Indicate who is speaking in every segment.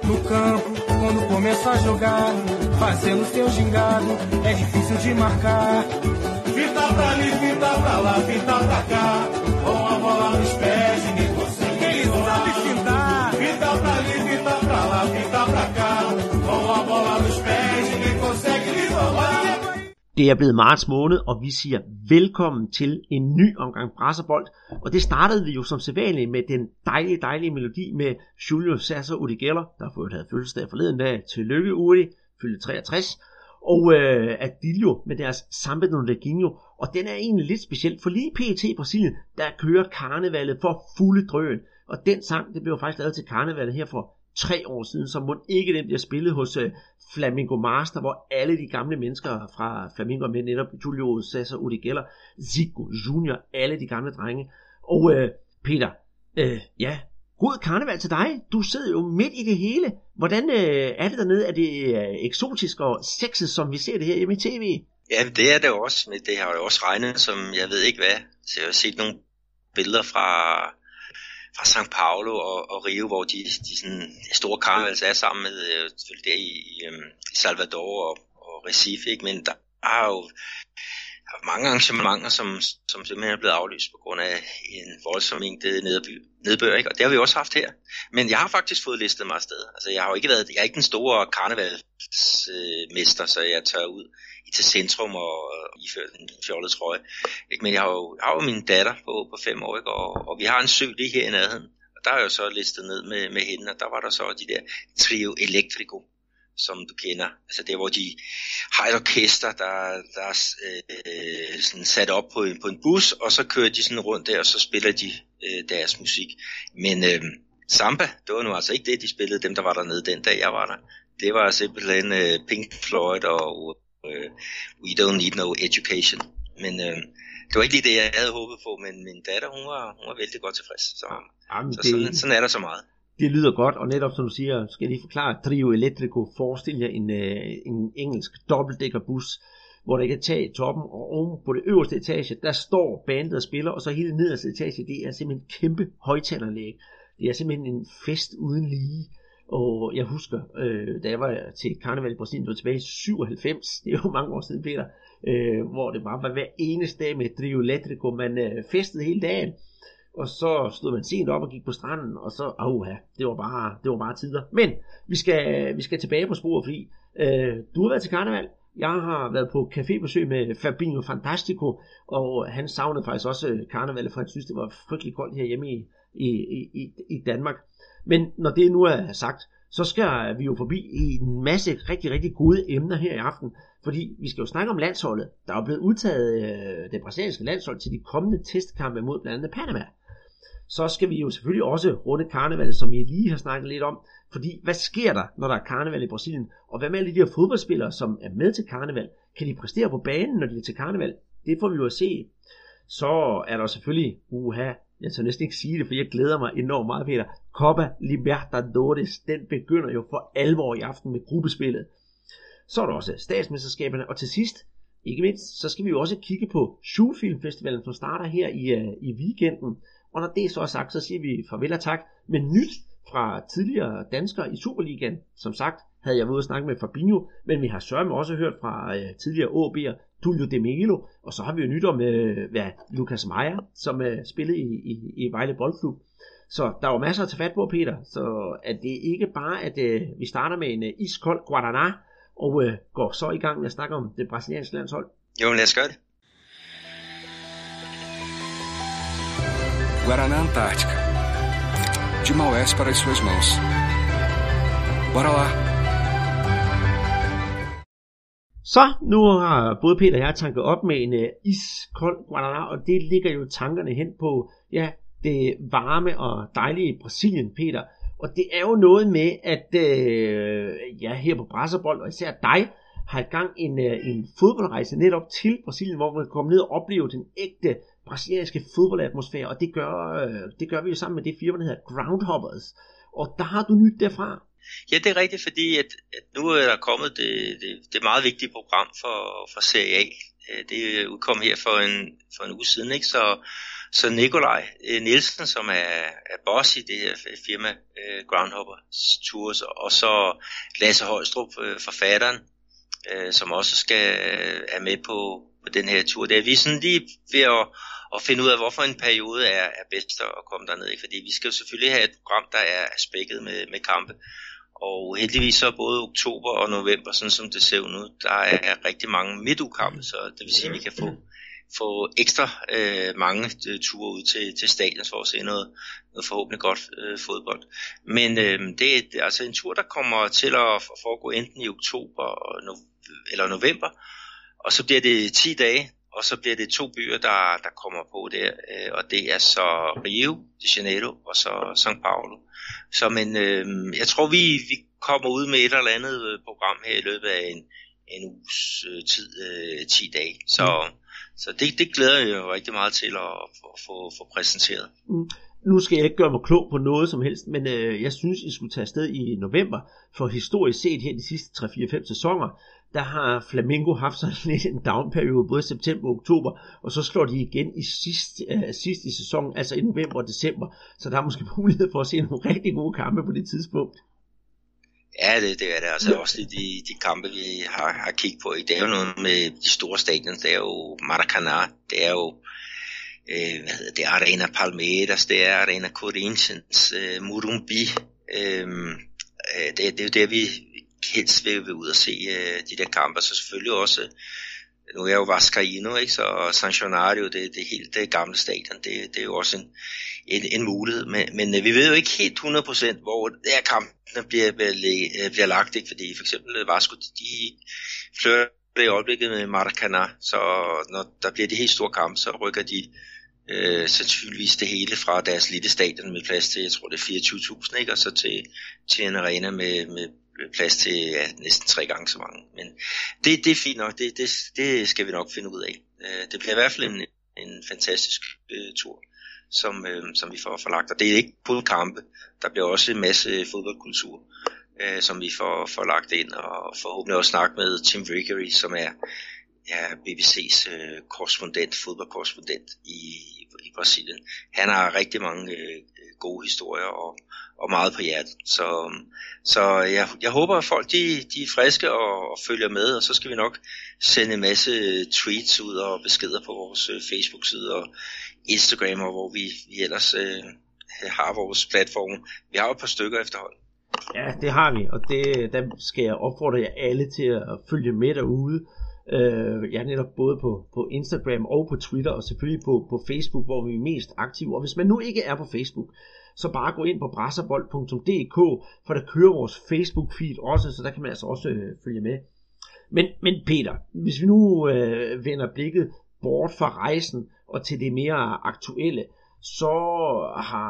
Speaker 1: No campo, quando começa a jogar, fazendo seu gingado, é difícil de marcar. Fita pra ali, fita pra lá, fita pra cá, com a bola nos pés, ninguém consegue. Ele sabe fintar. Fita pra ali, fita pra lá, fita pra cá, com a bola nos pés, ninguém consegue lhe roubar.
Speaker 2: Det er blevet marts måned, og vi siger velkommen til en ny omgang Brasserbold. Og det startede vi jo som sædvanligt med den dejlige melodi med Julio César Urigeller, der for havde fødselsdag forleden dag. Tillykke Uri, fyldte 63. Og Adilio med deres Samba no Neguinho. Og den er egentlig lidt speciel, for lige pt. I Brasilien, der kører karnevalet for fulde drøn. Og den sang, det blev faktisk lavet til karnevalet her for 3 år siden, så må ikke den bliver spillet hos Flamengo Master, hvor alle de gamle mennesker fra Flamengo med, netop Julio César Urigeller, Zico Junior, alle de gamle drenge. Og Peter, ja, god karneval til dig. Du sidder jo midt i det hele. Hvordan er det dernede? Er det eksotisk og sexet, som vi ser det her hjemme i tv?
Speaker 3: Ja, det er det også. Men det har jo også regnet som, jeg ved ikke hvad. Så jeg har set nogle billeder fra São Paulo og Rio, hvor de sådan store karnevals er sammen med selvfølgelig der i Salvador og Recife, ikke? Men der er jo mange arrangementer, som simpelthen er blevet aflyst på grund af en voldsom mængde nedbør, ikke? Og det har vi også haft her. Men jeg har faktisk fået listet mig afsted. Altså jeg er ikke den store karnevalsmester, så jeg tør ud til centrum og iført en fjollet trøje. Ikke? Men jeg har jo min datter på 5 år, ikke? Og vi har en sø lige her i nærheden. Og der er jo så listet ned med hende, og der var der så de der Trio Electrico, som du kender. Altså det, hvor de har et orkester, der er sådan sat op på en bus, og så kører de sådan rundt der, og så spiller de deres musik. Men samba, det var nu altså ikke det, de spillede, dem der var dernede den dag, jeg var der. Det var simpelthen Pink Floyd og We Don't Need No Education. Men det var ikke lige det, jeg havde håbet på, men min datter, hun var vældig godt tilfreds. Sådan er der så meget.
Speaker 2: Det lyder godt, og netop som du siger, skal jeg lige forklare, Trio Electrico, forestil jer en engelsk dobbeltdækkerbus, hvor der ikke er tag i toppen, og oven på det øverste etage, der står bandet og spiller, og så hele nederste etage, det er simpelthen en kæmpe højtalerlæg. Det er simpelthen en fest uden lige. Og jeg husker, da jeg var til karneval i Brasilien, det var tilbage i 97, det er jo mange år siden, Peter, hvor det bare var hver eneste dag med Trio Electrico, man festede hele dagen, og så stod man sent op og gik på stranden, og så, det var bare tider. Men vi skal tilbage på sporet, fordi du har været til karneval, jeg har været på cafébesøg med Fabinho Fantastico, og han savnede faktisk også karnevalet, for han synes, det var frygtelig koldt herhjemme i Danmark. Men når det nu er sagt, så skal vi jo forbi en masse rigtig gode emner her i aften, fordi vi skal jo snakke om landsholdet. Der er jo blevet udtaget det brasilianske landshold til de kommende testkampe mod blandt andet Panama. Så skal vi jo selvfølgelig også runde karnevalet, som vi lige har snakket lidt om, fordi hvad sker der, når der er karneval i Brasilien? Og hvad med alle de her fodboldspillere, som er med til karneval? Kan de præstere på banen, når de er til karneval? Det får vi jo at se. Så er der selvfølgelig, jeg tør næsten ikke sige det, for jeg glæder mig enormt meget, Peter. Copa Libertadores, den begynder jo for alvor i aften med gruppespillet. Så er der også statsmesterskaberne, og til sidst, ikke mindst, så skal vi jo også kigge på Schulfilmfestivalen, som starter her i weekenden. Og når det er så sagt, så siger vi farvel og tak. Men nyt fra tidligere danskere i Superligaen, som sagt, havde jeg været ude at snakke med Fabinho, men vi har sørme også hørt fra tidligere AaB'er, Tulio de Melo, og så har vi jo nyt om Lucas Meyer, som spillede i Vejle Boldklub. Så der var masser at tage fat på, Peter, så at det ikke bare, at vi starter med en iskold Guaraná, og går så i gang med at snakke om det brasilianske landshold.
Speaker 3: Jo, lad os gøre det.
Speaker 4: Guaraná Antártica. De Maués para as suas mãos. Bora lá.
Speaker 2: Så nu har både Peter og jeg tanket op med en iskold Guaraná, og det ligger jo tankerne hen på det varme og dejlige Brasilien, Peter. Og det er jo noget med, at her på Brasserbold, og især dig, har i gang en fodboldrejse netop til Brasilien, hvor man kan komme ned og opleve den ægte brasilianske fodboldatmosfære, og det gør vi jo sammen med det firma, der hedder Groundhoppers. Og der har du nyt derfra.
Speaker 3: Ja, det er rigtigt, fordi at nu er der kommet det meget vigtige program for Serie A. Det udkom her for en uge siden, ikke? så Nikolaj Nielsen, som er boss i det her firma, Groundhopper Tours, og så Lasse Højstrup, forfatteren, som også er med på den her tur. Det er vi sådan lige ved at finde ud af, hvorfor en periode er bedst at komme derned, ikke? Fordi vi skal jo selvfølgelig have et program, der er spækket med kampe. Og heldigvis så både oktober og november, sådan som det ser ud nu, der er rigtig mange midtugkampe, så det vil sige, at vi kan få ekstra mange ture ud til stadion for at se noget forhåbentlig godt fodbold. Men det er altså en tur, der kommer til at foregå enten i oktober eller november, og så bliver det 10 dage, og så bliver det 2 byer, der kommer på der, og det er så Rio de Janeiro og så São Paulo. Så men jeg tror, vi kommer ud med et eller andet program her i løbet af en uges tid, 10 dage. Så det glæder jeg jo rigtig meget til at få præsenteret.
Speaker 2: Nu skal jeg ikke gøre mig klog på noget som helst, men jeg synes, I skulle tage afsted i november, for historisk set her de sidste 3-4-5 sæsoner, der har Flamengo haft sådan lidt en downperiode, både september og oktober, og så slår de igen i sidst i sæsonen, altså i november og december, så der er måske mulighed for at se nogle rigtig gode kampe på det tidspunkt.
Speaker 3: Ja, det er det. Altså også de kampe, vi har kigget på. Det er jo noget med de store stadion. Det er jo Maracanã, det er jo det er Arena Palmeiras, det er Arena Corinthians, Morumbi. Det er jo der, vi helst vil ud og se de der kampe. Så selvfølgelig også, nu er jeg jo Vascaíno, ikke? Så San Januario, det helt det gamle stadion, det er jo også en mulighed. Men vi ved jo ikke helt 100%, hvor det her kampene bliver lagt, ikke? Fordi for eksempel Vasco, de flirter i øjeblikket med Maracanã, så når der bliver de helt store kampe, så rykker de sandsynligvis det hele fra deres lille stadion med plads til, jeg tror det er 24.000, ikke? Og så til en arena med plads til næsten 3 gange så mange. Men det er fint nok, det skal vi nok finde ud af. Det bliver i hvert fald en fantastisk tur, som vi får forlagt. Og det er ikke kun kampe, der bliver også en masse fodboldkultur, som vi får lagt ind, og forhåbentlig også snakke med Tim Gregory, som er BBC's fodboldkorrespondent i Brasilien. Han har rigtig mange gode historier og meget på hjertet. Så jeg håber, at folk de er friske og følger med, og så skal vi nok sende en masse tweets ud og beskeder på vores Facebook-side og Instagram, og hvor vi ellers har vores platform. Vi har jo et par stykker efterhånden.
Speaker 2: Ja, det har vi, og der skal jeg opfordre jer alle til at følge med derude. Jeg er netop både på Instagram og på Twitter, og selvfølgelig på Facebook, hvor vi er mest aktive. Og hvis man nu ikke er på Facebook, så bare gå ind på brasserbold.dk, for der kører vores Facebook-feed også, så der kan man altså også følge med. Men Peter, hvis vi nu vender blikket bort fra rejsen og til det mere aktuelle, så har,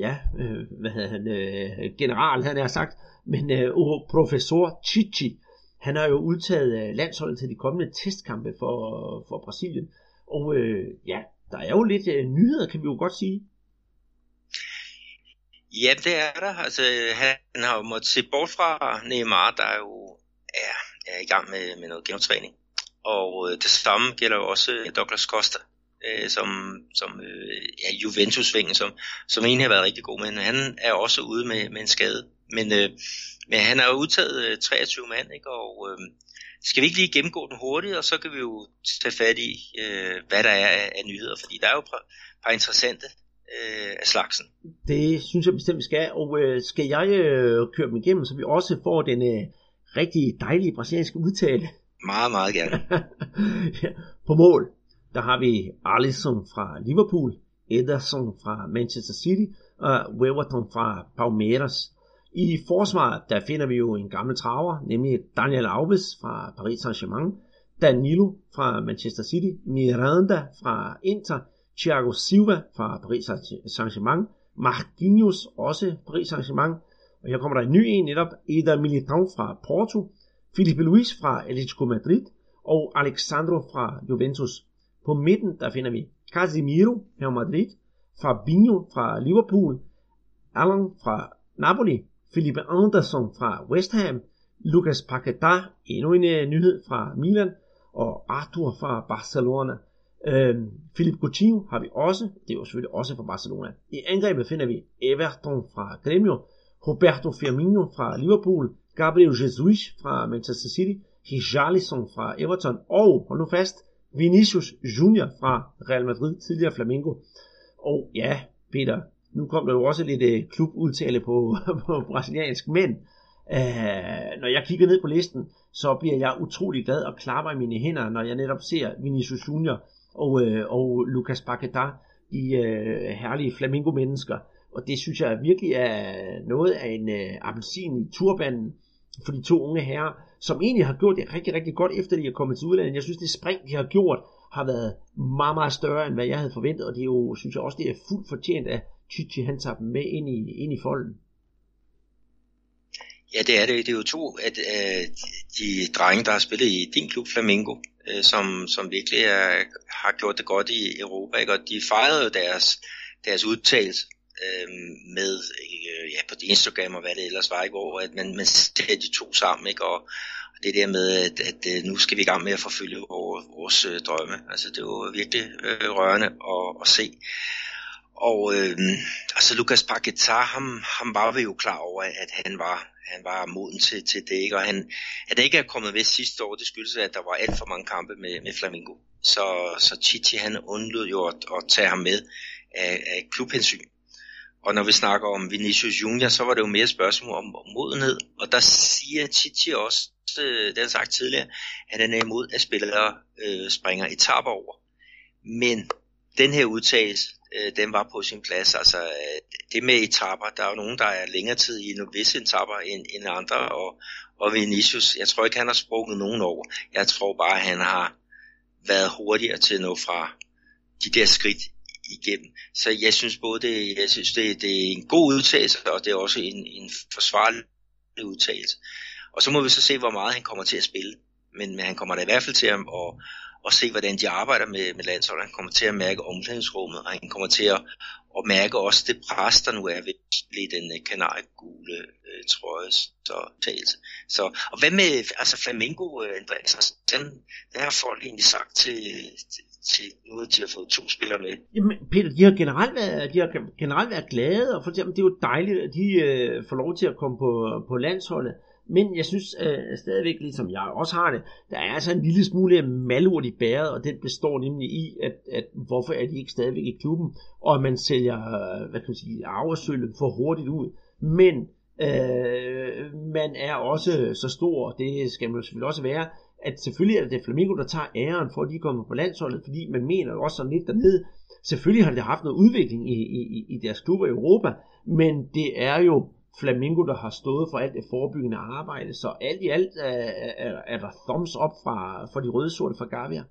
Speaker 2: general, han har sagt, men professor Chichi, han har jo udtaget landsholdet til de kommende testkampe for Brasilien. Og der er jo lidt nyheder, kan vi jo godt sige.
Speaker 3: Ja, det er der. Altså, han har jo måttet se bort fra Neymar, der jo er i gang med noget genoptræning. Og det samme gælder jo også Douglas Costa, som er Juventus-vingen, som egentlig har været rigtig god, men han er også ude med en skade. Men han har jo udtaget 23 mand, ikke? Og skal vi ikke lige gennemgå den hurtigt, og så kan vi jo tage fat i, hvad der er af nyheder, fordi der er jo et par interessante af slagsen.
Speaker 2: Det synes jeg bestemt, vi skal, og skal jeg køre dem igennem, så vi også får den rigtig dejlige brasilianske udtale?
Speaker 3: Meget, meget gerne.
Speaker 2: Ja, på mål, der har vi Alisson fra Liverpool, Ederson fra Manchester City og Weverton fra Palmeiras. I forsvaret, der finder vi jo en gammel traver, nemlig Daniel Alves fra Paris Saint-Germain, Danilo fra Manchester City, Miranda fra Inter, Thiago Silva fra Paris Saint-Germain, Marquinhos også Paris Saint-Germain, og her kommer der en ny en netop, Eder Militão fra Porto, Filipe Luis fra Atletico Madrid og Alexandro fra Juventus. På midten, der finder vi Casemiro fra Madrid, Fabinho fra Liverpool, Alan fra Napoli, Felipe Anderson fra West Ham, Lucas Paquetá, endnu en nyhed fra Milan, og Arthur fra Barcelona. Philippe Coutinho har vi også, det er jo selvfølgelig også fra Barcelona. I angrebet finder vi Everton fra Grêmio, Roberto Firmino fra Liverpool, Gabriel Jesus fra Manchester City, Richarlison fra Everton og, hold nu fast, Vinicius Junior fra Real Madrid, tidligere Flamengo. Og ja, Peter, nu kom der jo også lidt klubudtale på brasiliansk, men når jeg kigger ned på listen, så bliver jeg utrolig glad og klapper i mine hænder, når jeg netop ser Vinicius Junior og Lucas Paquetá, de herlige Flamengo-mennesker. Og det synes jeg virkelig er noget af en appelsin i turbanen for de to unge herrer, som egentlig har gjort det rigtig, rigtig godt, efter de er kommet til udlandet. Jeg synes, det spring, de har gjort, har været meget, meget større, end hvad jeg havde forventet, og det er jo, synes jeg også, det er fuldt fortjent, at Chichi, han tager dem med ind i folden.
Speaker 3: Ja, det er det. Det er jo to af de drenge, der har spillet i din klub, Flamengo, som virkelig har gjort det godt i Europa, ikke? Og de fejrede jo deres udtalelse med på Instagram og hvad det ellers var, ikke? Hvor at man ser de to sammen, ikke? Og det der med, at nu skal vi i gang med at forfølge vores drømme. Altså, det var virkelig rørende at se. Og altså Lucas Paquetá, ham var vi jo klar over, at han var moden til det, ikke? Og at ikke er kommet ved sidste år, det skyldes, at der var alt for mange kampe med Flamengo. Så Chichi, han undlod jo at tage ham med af klubhensyn. Og når vi snakker om Vinicius Junior, så var det jo mere spørgsmål om modenhed. Og der siger Chichi også, det har sagt tidligere, at han er imod, at spillere springer etaper over. Men den her udtalelse, den var på sin plads. Altså, det med etaper, der er jo nogen, der er længere tid i nogle visse etaper end andre. Og Vinicius, jeg tror ikke, han har sprunget nogen over. Jeg tror bare, han har været hurtigere til at nå fra de der skridt igennem. Så jeg synes det er en god udtalelse, og det er også en forsvarlig udtalelse. Og så må vi så se, hvor meget han kommer til at spille. Men han kommer da i hvert fald til at se, hvordan de arbejder med landsholdet. Han kommer til at mærke omklædningsrummet, og han kommer til at mærke også det pres, der nu er ved den kanariegule trøjes udtalelse. Så, og hvad med altså Flamengo, Andreas? Hvad har folk egentlig sagt til nu, at de har fået 2 spillere med?
Speaker 2: Jamen, Peter, de har generelt været glade, og for eksempel, det er jo dejligt, at de får lov til at komme på landsholdet. Men jeg synes stadigvæk, ligesom jeg også har det, der er altså en lille smule malurt i bæret, og den består nemlig i, at hvorfor er de ikke stadigvæk i klubben, og at man sælger, arvesølvet for hurtigt ud. Men man er også så stor, og det skal man selvfølgelig også være, at selvfølgelig er det Flamengo, der tager æren for, at de kommer på landsholdet, fordi man mener også sådan lidt dernede. Selvfølgelig har det haft noget udvikling i deres klubber i Europa, men det er jo Flamengo, der har stået for alt det forebyggende arbejde, så alt i alt er der thumbs up for de røde-sorte fra Gavia.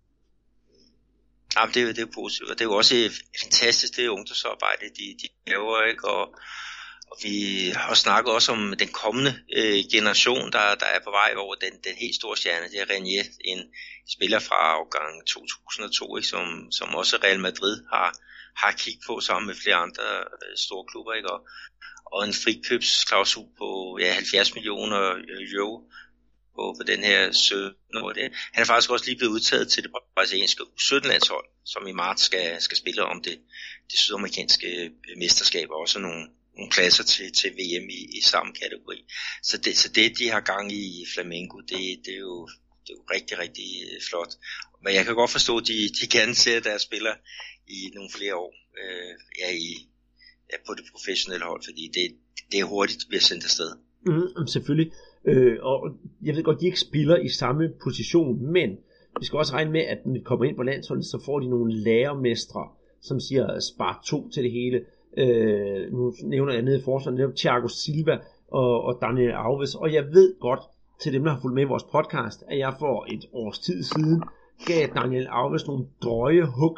Speaker 3: Jamen, det er jo positivt, og det er jo også fantastisk, det ungdomsarbejde, de laver, ikke? Og vi har snakket også om den kommende generation, der er på vej over den helt store stjerne, det er Renier, en spiller fra årgang 2002, ikke? Som også Real Madrid har kigget på sammen med flere andre store klubber, ikke? Og en frikøbsklausul på 70 millioner euro på den her 17 år. Han er faktisk også lige blevet udtaget til det brasilianske U17-landshold, som i marts skal spille om det sydamerikanske mesterskab, og også nogle pladser til VM i samme kategori. Så det de har gang i Flamengo, det er jo rigtig, rigtig flot. Men jeg kan godt forstå, at de gerne ser deres spillere i nogle flere år på det professionelle hold, fordi det er hurtigt bliver sendt afsted.
Speaker 2: Selvfølgelig. Og jeg ved godt, de ikke spiller i samme position, men vi skal også regne med, at når de kommer ind på landsholdet, så får de nogle lærermestre, som siger spar 2 til det hele. Nu nævner jeg nede i forsvaret, det er Thiago Silva og Daniel Alves, og jeg ved godt til dem, der har fulgt med i vores podcast, at jeg for et års tid siden gav Daniel Alves nogle drøje hug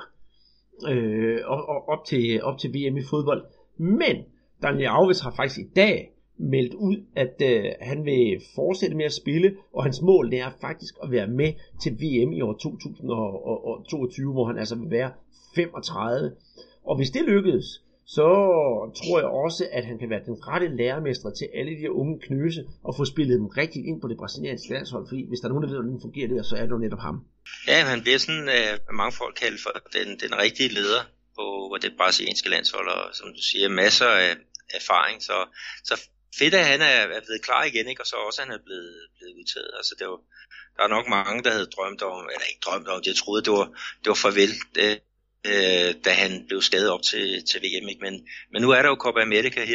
Speaker 2: op til VM i fodbold. Men Daniel Alves har faktisk i dag meldt ud, at han vil fortsætte med at spille, og hans mål det er faktisk at være med til VM i år 2022, hvor han altså vil være 35. Og hvis det lykkedes, så tror jeg også, at han kan være den rette lærermester til alle de her unge knøse, og få spillet dem rigtigt ind på det brasilianske landshold, fordi hvis der er nogen, der ved, hvordan den fungerer der, så er det jo netop ham.
Speaker 3: Ja, han bliver sådan, mange folk kaldt for den rigtige leder på det brasilianske landshold, og som du siger, masser af erfaring, så fedt, at han er blevet klar igen, ikke? Og så også, at han er blevet udtaget. Altså, der er nok mange, der havde drømt om, eller ikke drømt om, jeg troede, det var farvel, da han blev skadet op til VM, ikke? Men nu er der jo Copa America her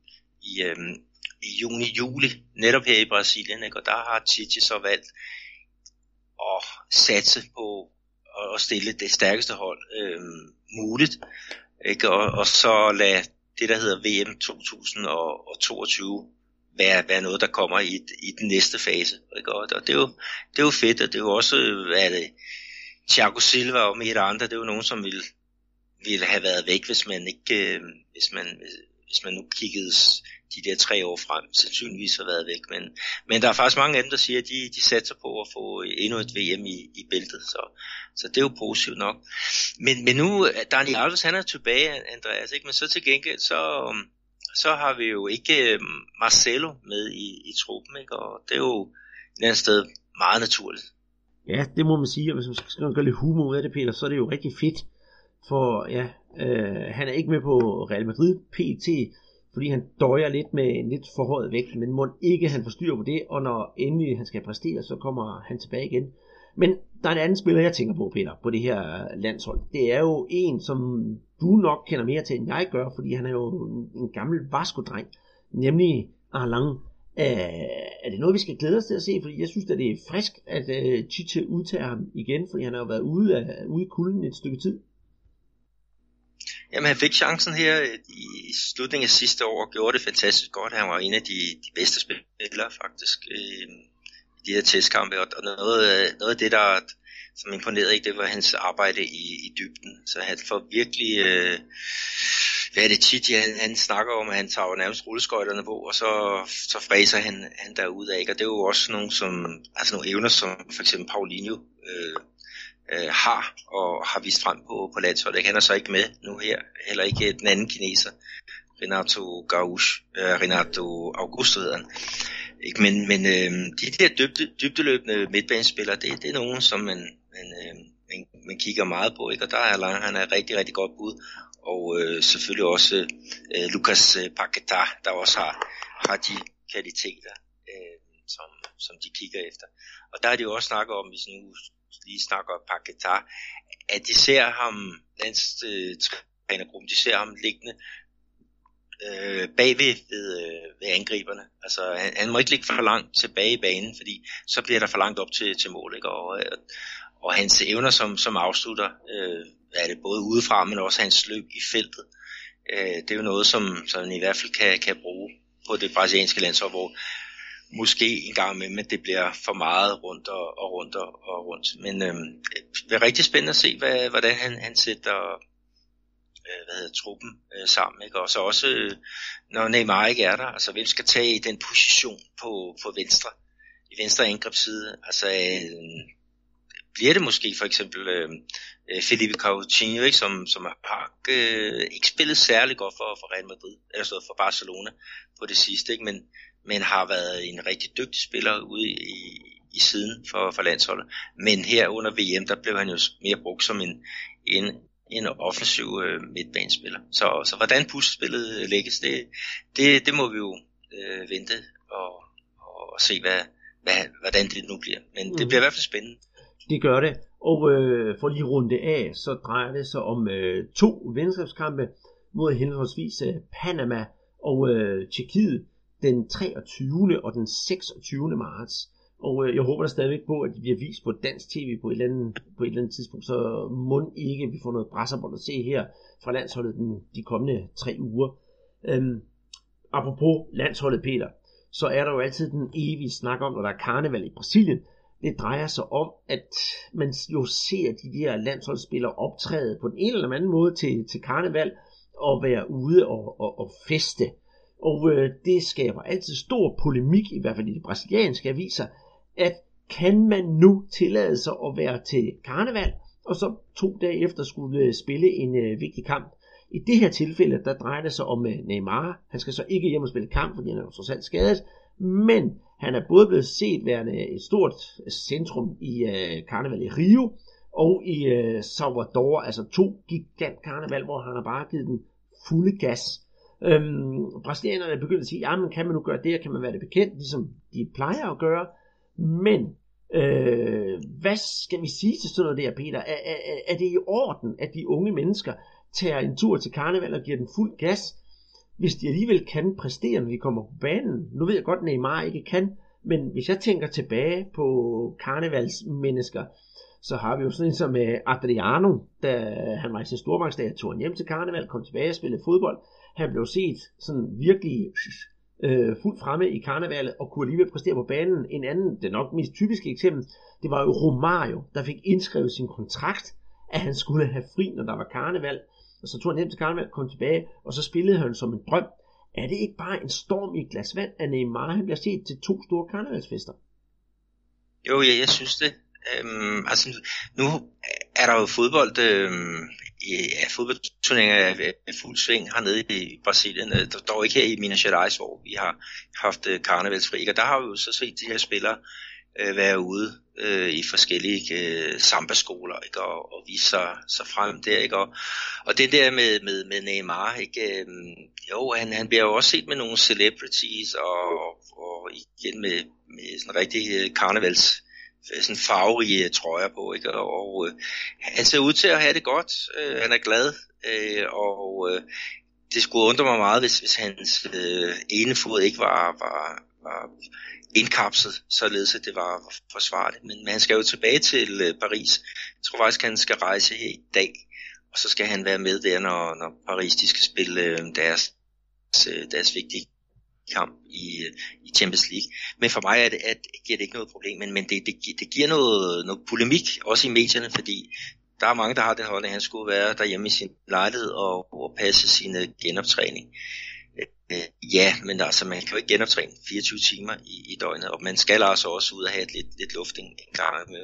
Speaker 3: i juni-juli, netop her i Brasilien, ikke? Og der har Tite så valgt at satse på at stille det stærkeste hold muligt, ikke? Og så lade det, der hedder VM 2022, være noget, der kommer i den næste fase. Ikke? Og det er jo fedt, og det er jo også, Thiago Silva og Miranda, det er jo nogen, som ville have været væk, hvis man nu kiggede de der 3 år frem, sandsynligvis har været væk. Men der er faktisk mange af dem, der siger, at de satser på at få endnu et VM i bæltet, så det er jo positivt nok. Men nu, Dani Alves, han er tilbage, Andreas, ikke? Men så til gengæld, så har vi jo ikke Marcelo med i truppen, ikke? Og det er jo et andet sted meget naturligt.
Speaker 2: Ja, det må man sige, og hvis man skal gøre lidt humor ud af det, Peter, så er det jo rigtig fedt, for ja, han er ikke med på Real Madrid PT, fordi han døjer lidt med en lidt forhøjet vægt, men må ikke han forstyrrer på det, og når endelig han skal præstere, så kommer han tilbage igen. Men der er en anden spiller, jeg tænker på, Peter, på det her landshold. Det er jo en, som du nok kender mere til, end jeg gør, fordi han er jo en gammel Vasco-dreng, nemlig Arlan. Er det noget, vi skal glæde os til at se? Fordi jeg synes, at det er frisk, at Tite udtager ham igen, fordi han har jo været ude i kulden et stykke tid.
Speaker 3: Jamen, han fik chancen her i slutningen af sidste år og gjorde det fantastisk godt. Han var en af de bedste spillere faktisk i de her testkampe, og noget af det, der som imponerede, ikke, det var hans arbejde i dybden. Så han får virkelig, hvad er det tit, han snakker om, at han tager nærmest rulleskøjterne på, og så fræser han derudad, ikke? Og det er jo også nogle evner, som for eksempel Paulinho har vist frem på landsholdet. Han er så ikke med nu her, heller ikke den anden kineser, Renato Augusto hedder han. Ikke? Men de der dybdeløbende midtbanespillere, det er nogen, som man kigger meget på, ikke? Og der er Lang, han er rigtig, rigtig godt bud, og selvfølgelig også Lucas Paquetá, der også har de kvaliteter, som de kigger efter. Og der er det jo også snakket om, hvis nu lige snakker Paquetá, at de ser ham, landstrænergruppen, de ser ham liggende bagved ved angriberne. Altså han må ikke ligge for langt tilbage i banen, fordi så bliver der for langt op til mål, ikke? Og hans evner som afslutter, er det både udefra, men også hans løb i feltet. Det er jo noget, som i hvert fald kan bruge på det brasilianske landshold, hvor måske en gang med, men det bliver for meget rundt og rundt. Men det er rigtig spændende at se, hvordan han sætter truppen sammen, ikke? Og så også, når Neymar ikke er der, altså hvem skal tage den position på venstre angrebsside? Altså bliver det måske for eksempel Felipe Coutinho, ikke? Som har ikke spillet særlig godt for Real Madrid, eller stået for Barcelona på det sidste, ikke? Men har været en rigtig dygtig spiller ude i siden for landsholdet. Men her under VM, der blev han jo mere brugt som en offensiv midtbanespiller. Så hvordan puslespillet lægges, det må vi jo vente og se, hvordan det nu bliver. Men det bliver i hvert fald spændende.
Speaker 2: Det gør det. Og for lige runde af, så drejer det sig om 2 venskabskampe mod henholdsvis Panama og Tjekkiet den 23. og den 26. marts. Og jeg håber da stadigvæk på, at de bliver vist på dansk tv på et eller andet tidspunkt, så må ikke vi får noget brasserbold at se her fra landsholdet de kommende 3 uger. Apropos landsholdet, Peter, så er der jo altid den evige snak om, når der er karneval i Brasilien. Det drejer sig om, at man jo ser de der landsholdsspillere optræde på den ene eller anden måde til karneval og være ude og feste. Og det skaber altid stor polemik, i hvert fald i de brasilianske aviser, at kan man nu tillade sig at være til karneval, og så 2 dage efter skulle spille en vigtig kamp I det her tilfælde, der drejer det sig om Neymar. Han skal så ikke hjem og spille kamp, fordi han er jo trods alt skadet, men han er både blevet set værende et stort centrum i karneval i Rio, og i Salvador, altså 2 gigantkarneval, hvor han har bare givet den fulde gas. Brasilianerne er begyndt at sige, jamen kan man nu gøre det, og kan man være det bekendt, ligesom de plejer at gøre, men hvad skal vi sige til sådan noget der, Peter? Er det i orden, at de unge mennesker tager en tur til karneval og giver den fuld gas, hvis de alligevel kan præstere, når de kommer på banen? Nu ved jeg godt, at Neymar ikke kan, men hvis jeg tænker tilbage på karnevalsmennesker, så har vi jo sådan en som Adriano, da han var i sin storbanksdag, tog han hjem til karneval, kom tilbage og spillede fodbold. Han blev set sådan virkelig fuldt fremme i karnevalet og kunne alligevel præstere på banen. En anden, det nok mest typiske eksempel, det var jo Romario, der fik indskrevet sin kontrakt, at han skulle have fri, når der var karneval. Og så tog han hjem til karneval, kom tilbage, og så spillede han som en drøm. Er det ikke bare en storm i et glas vand, at Neymar han bliver set til 2 store karnevalsfester?
Speaker 3: Jo, ja, jeg synes det. Altså, nu er der jo fodbold, fodboldturneringer af fuld sving hernede i Brasilien. Dog ikke her i Minas Gerais, hvor vi har haft karnevalsfri. Og der har vi jo så set de her spillere være ude i forskellige samba-skoler, ikke? Og vise sig frem der, ikke? Og det der med Neymar, ikke? Jo, han bliver jo også set med nogle celebrities og igen med sådan rigtig karnevals sådan farverige trøjer på, ikke? Og han ser ud til at have det godt. Han er glad, og det skulle undre mig meget, hvis hans ene fod ikke var indkapslet, således at det var forsvarligt. Men han skal jo tilbage til Paris. Jeg tror faktisk, han skal rejse her i dag, og så skal han være med der, når Paris de skal spille deres vigtige kamp i Champions League. Men for mig giver det ikke noget problem, men det giver noget polemik, også i medierne, fordi der er mange, der har den holdning, at han skulle være derhjemme i sin lejlighed og passe sin genoptræning. Ja, men altså, man kan jo ikke genoptræne 24 timer i døgnet, og man skal altså også ud og have lidt lufting en gang med.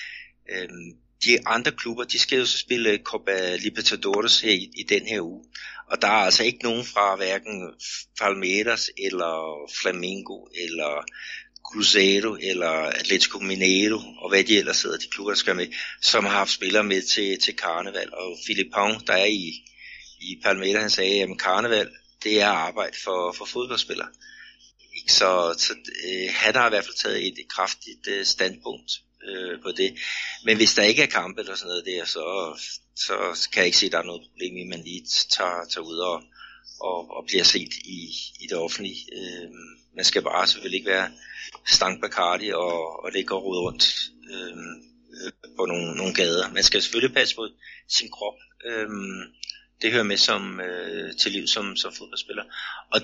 Speaker 3: De andre klubber, de skal jo så spille Copa Libertadores her i den her uge, og der er altså ikke nogen fra hverken Palmeiras eller Flamengo eller Cruzeiro eller Atlético Mineiro og hvad de ellers sidder, de klubber, der skal med, som har haft spillere med til karneval. Og Filipão, der er i Palmeiras, han sagde, at karneval, det er arbejde for fodboldspillere. Så han har i hvert fald taget et kraftigt standpunkt på det. Men hvis der ikke er kampe eller sådan noget der, så kan jeg ikke se, at der er noget problem i, at man lige tager ud og bliver set i det offentlige. Man skal bare selvfølgelig ikke være Stank Bacardi og ligge og rode rundt på nogle gader. Man skal selvfølgelig passe på sin krop. Det hører med til liv som fodboldspiller. Og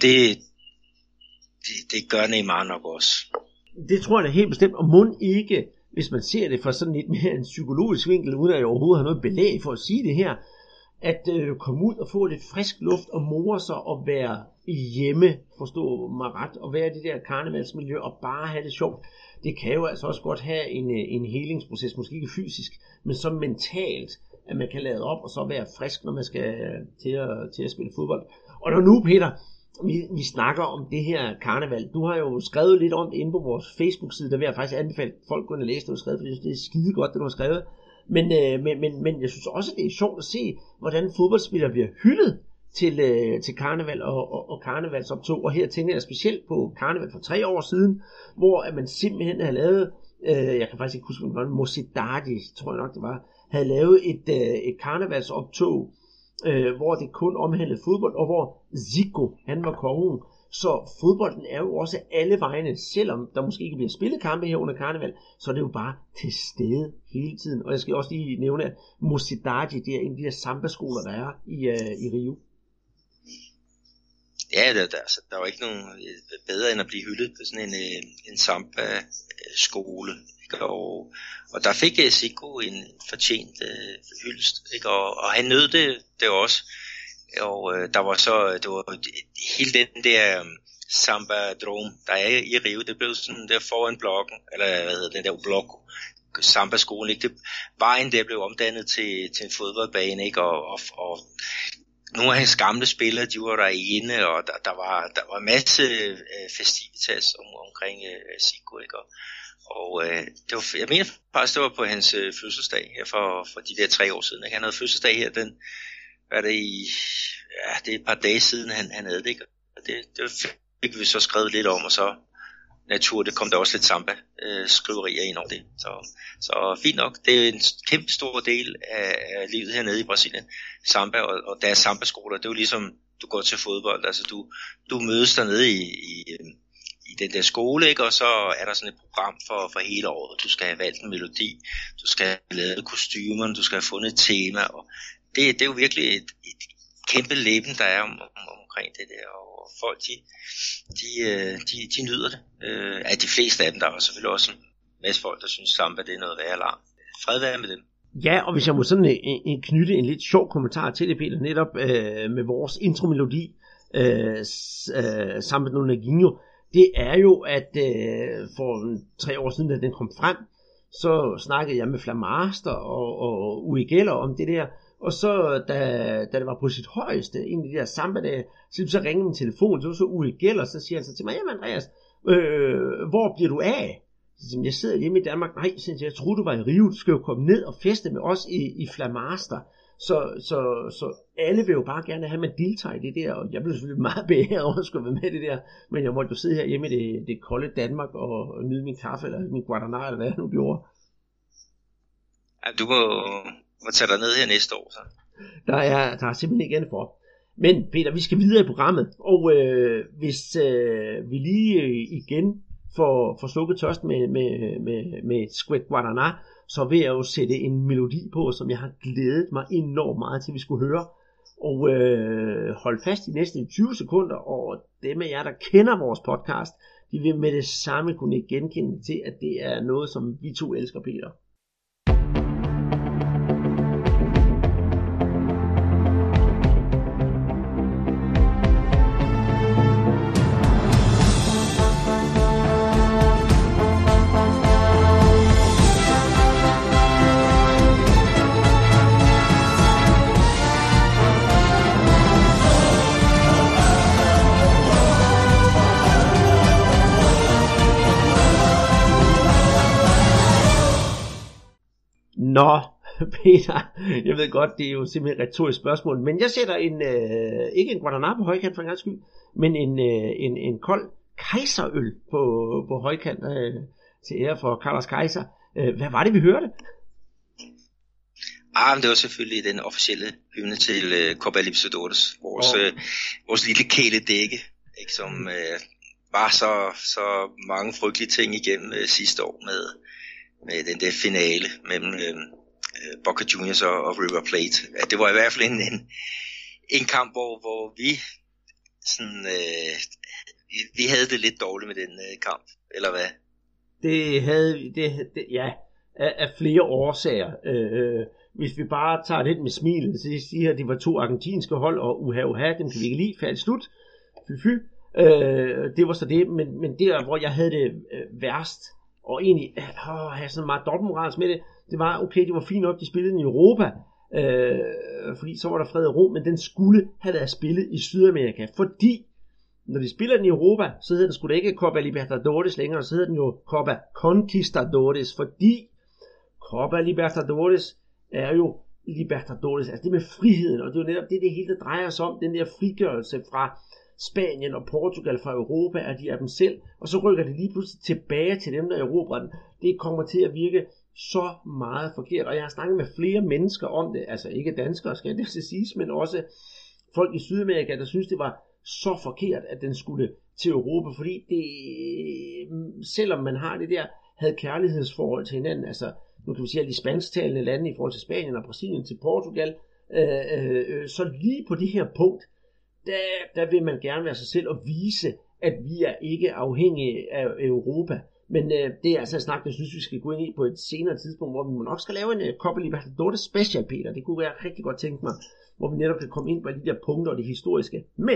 Speaker 3: det gør Neymar nok også.
Speaker 2: Det tror jeg da helt bestemt, og mon ikke, hvis man ser det fra sådan lidt mere en psykologisk vinkel, uden at jeg overhovedet har noget belæg for at sige det her, at komme ud og få lidt frisk luft og more sig og være hjemme, forstå mig ret, og være i det der karnevalsmiljø og bare have det sjovt. Det kan jo altså også godt have en helingsproces, måske ikke fysisk, men så mentalt, at man kan lade op og så være frisk, når man skal til at spille fodbold. Og når nu, Peter, vi snakker om det her karneval. Du har jo skrevet lidt om det inde på vores Facebook-side, der vil jeg faktisk anbefale folk gå ind og læse det, du har skrevet, fordi det er skide godt, det du har skrevet. Men jeg synes også, det er sjovt at se, hvordan fodboldspillere bliver hyldet til karneval og karnevalsoptog. Og her tænker jeg specielt på karneval for 3 år siden, hvor at man simpelthen havde lavet, jeg kan faktisk ikke huske, hvad det var, Mocidade, tror jeg nok det var, havde lavet et karnevalsoptog, hvor det kun omhandlede fodbold, og hvor Zico, han var kongen. Så fodbolden er jo også alle vegne, selvom der måske ikke bliver spillet kampe her under karneval, så er det jo bare til stede hele tiden. Og jeg skal også lige nævne, at Mocidade, det er en af de her samba-skoler, der er i Rio.
Speaker 3: Ja, der var ikke nogen bedre end at blive hyldet på sådan en samba-skole. Og der fik Zico en fortjent hyldest, ikke? Og han nød det også. Og der var så, det var hele den der samba-drome, der er i Rio, det blev sådan der foran blokken, eller hvad hedder den der blok, samba-skolen, ikke? Vejen der blev omdannet til en fodboldbane, ikke? Og nogle af hans gamle spillere, de var derinde, og der var en masse festivitas omkring Zico, ikke? Og det var, jeg mener faktisk, det var på hans fødselsdag her for de der 3 år siden, ikke? Han havde fødselsdag her, det er et par dage siden, han havde det, ikke? Og det fik vi så skrevet lidt om, og så naturligt kom der også lidt samba-skriverier ind over det. Så fint nok. Det er en kæmpe stor del af livet hernede i Brasilien. Samba, og deres samba-skoler, det er jo ligesom, du går til fodbold. Altså, du mødes dernede i den der skole, ikke? Og så er der sådan et program for hele året. Du skal have valgt en melodi, du skal have lavet kostymerne, du skal have fundet et tema. Og det er jo virkelig et kæmpe leben, der er omkring det der. Og folk, de nyder det. Af de fleste af dem, der er selvfølgelig også en masse folk, der synes samba, det er noget værre larm. Fred være med dem.
Speaker 2: Ja, og hvis jeg må sådan knytte en lidt sjov kommentar til det, Peter, netop med vores intromelodi, Samba no Neguinho, det er jo, at for 3 år siden, da den kom frem, så snakkede jeg med Flamaster og Uri Geller om det der. Og så, da det var på sit højeste, en af de der samba-dage, så ringede min telefon, så var så Uri Geller, så siger han så til mig, jamen Andreas, hvor bliver du af? Så siger jeg sidder hjemme i Danmark. Nej, jeg troede du var i Rio, du skal jo komme ned og feste med os i Flamaster. Så alle vil jo bare gerne have, at man deltager i det der, og jeg blev selvfølgelig meget beæret over at skulle være med i det der, men jeg måtte jo sidde her hjemme i det kolde Danmark og nyde min kaffe, eller min guaraná, eller hvad jeg nu gjorde.
Speaker 3: Ja, du må tage dig ned her næste år, så. Der
Speaker 2: er simpelthen igen for. Men Peter, vi skal videre i programmet, og hvis vi lige igen får slukket tørst med et squat guaraná, så vil jeg jo sætte en melodi på, som jeg har glædet mig enormt meget til, vi skulle høre. Og hold fast de næste 20 sekunder, og dem af jer, der kender vores podcast, de vil med det samme kunne genkende til, at det er noget, som vi to elsker, Peter. Nå, Peter, jeg ved godt, det er jo simpelthen et retorisk spørgsmål, men jeg sætter ikke en guaraná på højkant for en gang skyld, men en kold kejserøl på højkant til ære for Carlos Kaiser. Hvad var det, vi hørte?
Speaker 3: Men det var selvfølgelig den officielle hymne til Copa Libertadores, vores lille kæledække, ikke, som var så mange frygtelige ting igennem sidste år med den der finale mellem Boca Juniors og River Plate. Det var i hvert fald en kamp, hvor vi sådan, vi havde det lidt dårligt med den kamp, eller hvad?
Speaker 2: Det havde ja, af flere årsager. Hvis vi bare tager lidt med smilet, så siger at det var 2 argentinske hold, og uha, dem kan vi ikke lide, færdig slut. Fy. Det var så det, men der, hvor jeg havde det værst, og egentlig have sådan meget dobbeltmoralsk med det var okay, det var fint nok, de spillede i Europa, fordi så var der fred og ro, men den skulle have været spillet i Sydamerika, fordi når de spiller den i Europa, så hedder den sgu da ikke Copa Libertadores længere, så hedder den jo Copa Conquistadores, fordi Copa Libertadores er jo Libertadores, altså det med friheden, og det er jo netop det hele drejer sig om, den der frigørelse fra Spanien og Portugal fra Europa, er de af dem selv, og så rykker det lige pludselig tilbage til dem, der erobrer den. Det kommer til at virke så meget forkert, og jeg har snakket med flere mennesker om det, altså ikke danskere, skal det siges, men også folk i Sydamerika, der synes, det var så forkert, at den skulle til Europa, fordi det, selvom man har det der, havde kærlighedsforhold til hinanden, altså nu kan vi sige, at de spansktalende lande i forhold til Spanien og Brasilien til Portugal, så lige på det her punkt, der vil man gerne være sig selv og vise, at vi er ikke afhængige af Europa. Men det er altså en snak, jeg synes, vi skal gå ind i på et senere tidspunkt, hvor vi nok skal lave en Copa Libertadores special, Peter. Det kunne jeg rigtig godt tænke mig, hvor vi netop kan komme ind på de der punkter og det historiske. Men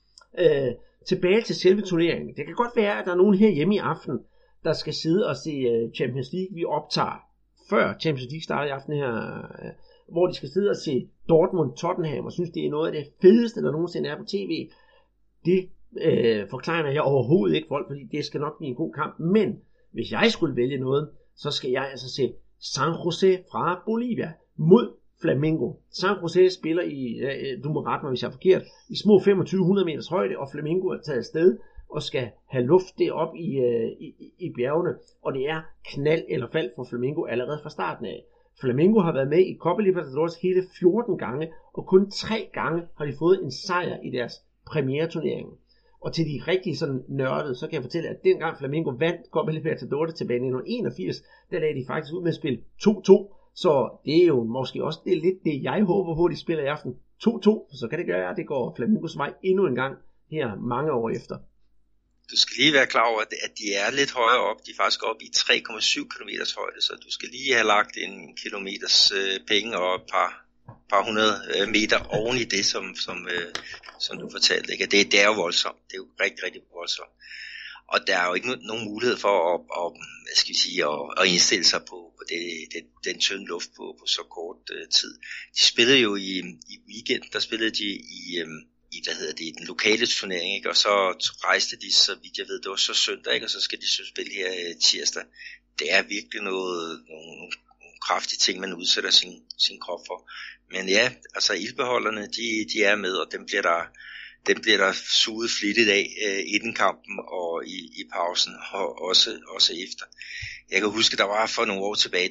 Speaker 2: tilbage til selve turneringen. Det kan godt være, at der er nogen her hjemme i aften, der skal sidde og se Champions League. Vi optager før Champions League starter i aften her hvor de skal sidde og se Dortmund-Tottenham, og synes, det er noget af det fedeste, der nogensinde er på tv. Det forklarer jeg overhovedet ikke folk, fordi det skal nok blive en god kamp. Men hvis jeg skulle vælge noget, så skal jeg altså se San Jose fra Bolivia mod Flamengo. San Jose spiller i, du må rette mig, hvis jeg er forkert, i små 2500 meters højde, og Flamengo er taget afsted og skal have luft derop i bjergene, og det er knald eller fald for Flamengo allerede fra starten af. Flamengo har været med i Copa Libertadores hele 14 gange, og kun 3 gange har de fået en sejr i deres premiere-turnering. Og til de rigtig sådan nørdede, så kan jeg fortælle, at dengang Flamengo vandt Copa Libertadores tilbage i 1981, der lagde de faktisk ud med at spille 2-2. Så det er jo måske også det er lidt det, jeg håber på, de spiller i aften. 2-2, så kan det gøre, at det går Flamengos vej endnu en gang her mange år efter.
Speaker 3: Du skal lige være klar over, at de er lidt højere op. De er faktisk oppe i 3,7 km højde, så du skal lige have lagt en kilometers penge og et par 100 meter oven i det, som du fortalte. Ikke? Det er jo voldsomt. Det er jo rigtig, rigtig voldsomt. Og der er jo ikke nogen mulighed for at indstille sig på den tynde luft på så kort tid. De spillede jo i weekend, der spillede de i den lokale turnering, ikke? Og så rejste de, så vidt jeg ved, det var så søndag, ikke? Og så skal de så spille her tirsdag. Det er virkelig nogle kraftige ting, man udsætter sin krop for. Men ja, altså ildbeholderne, de er med, og dem bliver der suget flittigt af inden kampen og i pausen, og også efter. Jeg kan huske, der var for nogle år tilbage,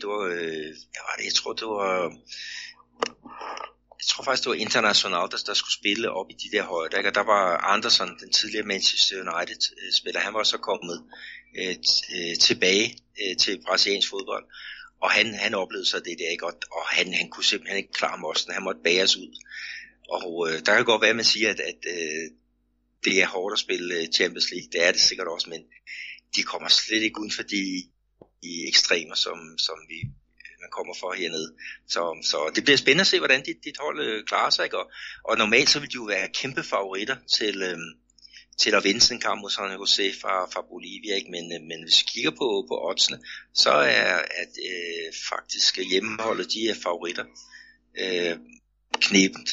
Speaker 3: jeg tror faktisk, det var International, der skulle spille op i de der højder. Ikke? Og der var Anderson, den tidligere Manchester United-spiller, han var så kommet tilbage til brasiliansk fodbold. Og han oplevede så det der, ikke? Og han kunne simpelthen ikke klare mosten. Han måtte bæres ud. Og der kan godt være, at man siger, at det er hårdt at spille Champions League. Det er det sikkert også, men de kommer slet ikke uden for de ekstremer, som man kommer for hernede. Så det bliver spændende at se, hvordan dit hold klarer sig. Ikke? Og normalt så vil de jo være kæmpe favoritter til at vinde sådan en kamp mod San Jose fra Bolivia. Ikke? Men hvis vi kigger på oddsene, så er faktisk hjemmeholdet, de er favoritter. Knebent,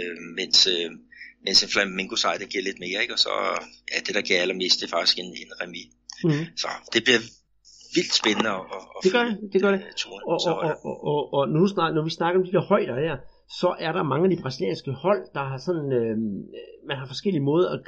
Speaker 3: mens en Flamengo sejr, der giver lidt mere, ikke? Og så er det, der giver allermest, det er faktisk en remis. Så det bliver vildt spændende
Speaker 2: det gør det. Turen. Og nu når vi snakker om de der højder her, så er der mange af de brasilianske hold, der har sådan, man har forskellige måder at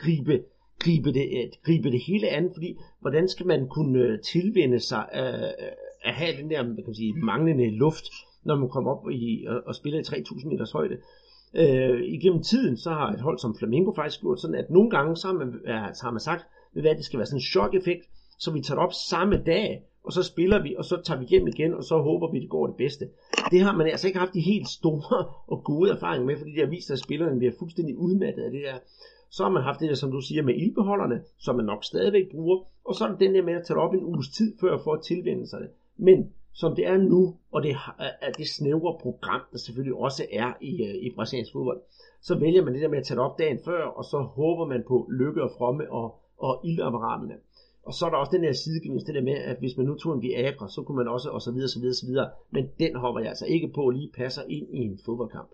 Speaker 2: gribe det hele an, fordi hvordan skal man kunne tilvænne sig at have den der, man kan sige, manglende luft, når man kommer op og spiller i 3000 meters højde. Igennem tiden, så har et hold som Flamengo faktisk gjort sådan, at nogle gange så har man sagt, at det skal være sådan en chok-effekt, så vi tager det op samme dag, og så spiller vi, og så tager vi hjem igen, og så håber vi, det går det bedste. Det har man altså ikke haft de helt store og gode erfaringer med, fordi det har vist, at spillerne bliver fuldstændig udmattet af det der. Så har man haft det der, som du siger, med ildbeholderne, som man nok stadigvæk bruger, og så er det den der med at tage det op en uges tid før for at tilvænne sig det. Men som det er nu, og det er det snævre program, der selvfølgelig også er i brasiliansk fodbold, så vælger man det der med at tage det op dagen før, og så håber man på lykke og fromme og ildapparaterne. Og så er der også den her sidegevinst, det der med, at hvis man nu tog en Viagra, så kunne man også, og så videre. Men den hopper jeg altså ikke på lige passer ind i en fodboldkamp.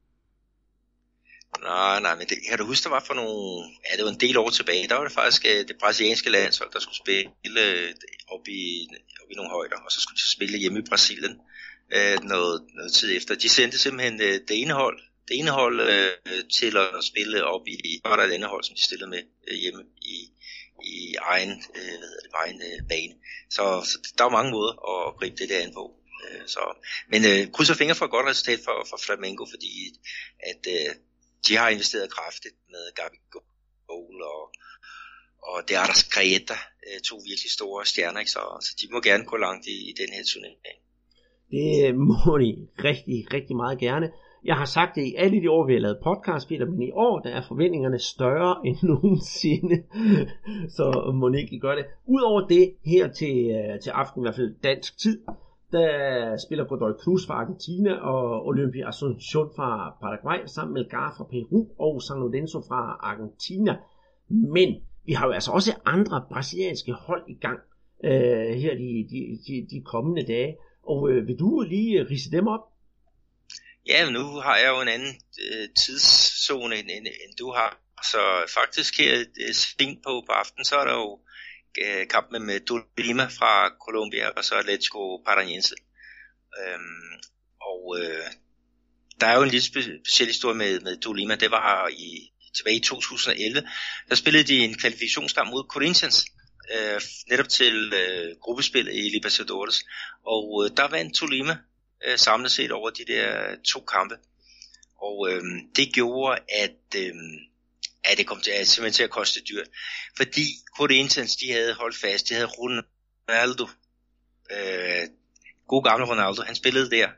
Speaker 3: Nej, men kan du huske, der var for nogle, det var en del år tilbage, der var det faktisk det brasilianske landshold, der skulle spille op i nogle højder, og så skulle de spille hjemme i Brasilien noget tid efter. De sendte simpelthen det ene hold til at spille op i, og der er et andet hold, som de stillede med hjemme i egen bane. Så der er mange måder at gribe det der an på. Men krydser fingre for et godt resultat for Flamengo, fordi at de har investeret kraftigt med Gabigol og det er der Creta, to virkelig store stjerner, ikke? Så de må gerne gå langt i den her turnering.
Speaker 2: Det må de rigtig, rigtig meget gerne. Jeg har sagt det i alle de år, vi har lavet podcast, Peter, men i år, der er forventningerne større end nogensinde. Så Monique gør det. Udover det, her til aften, i hvert fald dansk tid, der spiller Godoy Cruz fra Argentina og Olimpia Asunción fra Paraguay, sammen med Melgar fra Peru og San Lorenzo fra Argentina. Men vi har jo altså også andre brasilianske hold i gang her de kommende dage. Og vil du lige ridse dem op?
Speaker 3: Ja, nu har jeg jo en anden tidszone end du har. Så faktisk her sent på aftenen, så er der jo kampen med Tolima fra Colombia, og så Atlético Paranaense. Der er jo en lille speciel historie med Tolima. Det var tilbage i 2011. Der spillede de en kvalifikationskamp mod Corinthians, netop til gruppespillet i Libertadores. Og der vandt Tolima samlet set over de der 2 kampe. Og det gjorde, at det kom simpelthen til at koste dyrt. Fordi Corinthians, de havde holdt fast. De havde Ronaldo. God gamle Ronaldo. Han spillede der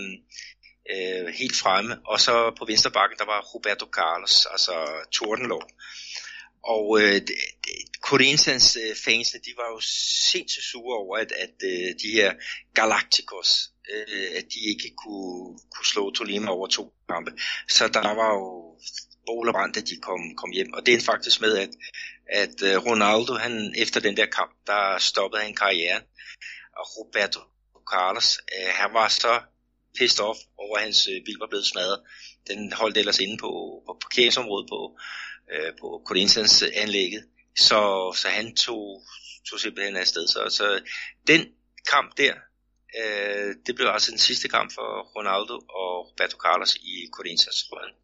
Speaker 3: helt fremme. Og så på venstre bakken, der var Roberto Carlos, altså Tordenlov. Og Corinthians fansene, de var jo sindssygt sure over, at de her Galacticos, at de ikke kunne slå Tolima over 2 kampe. Så der var jo bål og brand, da de kom hjem. Og det er faktisk med, at Ronaldo, han efter den der kamp, der stoppede han karrieren. Og Roberto Carlos, han var så pissed off over, at hans bil var blevet smadret. Den holdt ellers inde på parkeringsområdet på Corinthians anlægget. Så han tog simpelthen afsted. Så den kamp der, det blev altså den sidste kamp for Ronaldo og Roberto Carlos i Corinthians.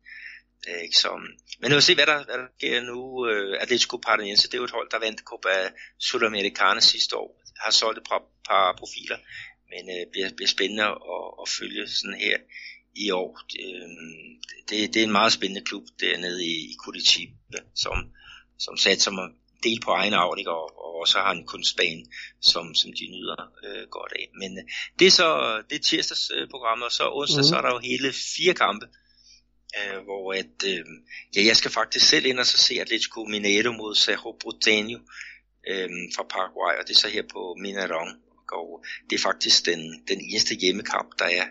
Speaker 3: Men nu vil se, hvad der sker nu. Atlético Paranaense, det er jo et hold, der vandt Copa Sudamericana sidste år. Har solgt et par profiler, men bliver spændende at følge sådan her i år. Det er en meget spændende klub dernede i Curitiba, som satser sig del på egen avl, og også har en kunstbane, som de nyder godt af. Men det er tirsdagsprogrammet, og så onsdag, så er der jo hele 4 kampe, hvor jeg skal faktisk selv ind og så se Atlético Mineiro mod Cerro Porteño fra Paraguay, og det er så her på Mineirão, og det er faktisk den eneste hjemmekamp, der er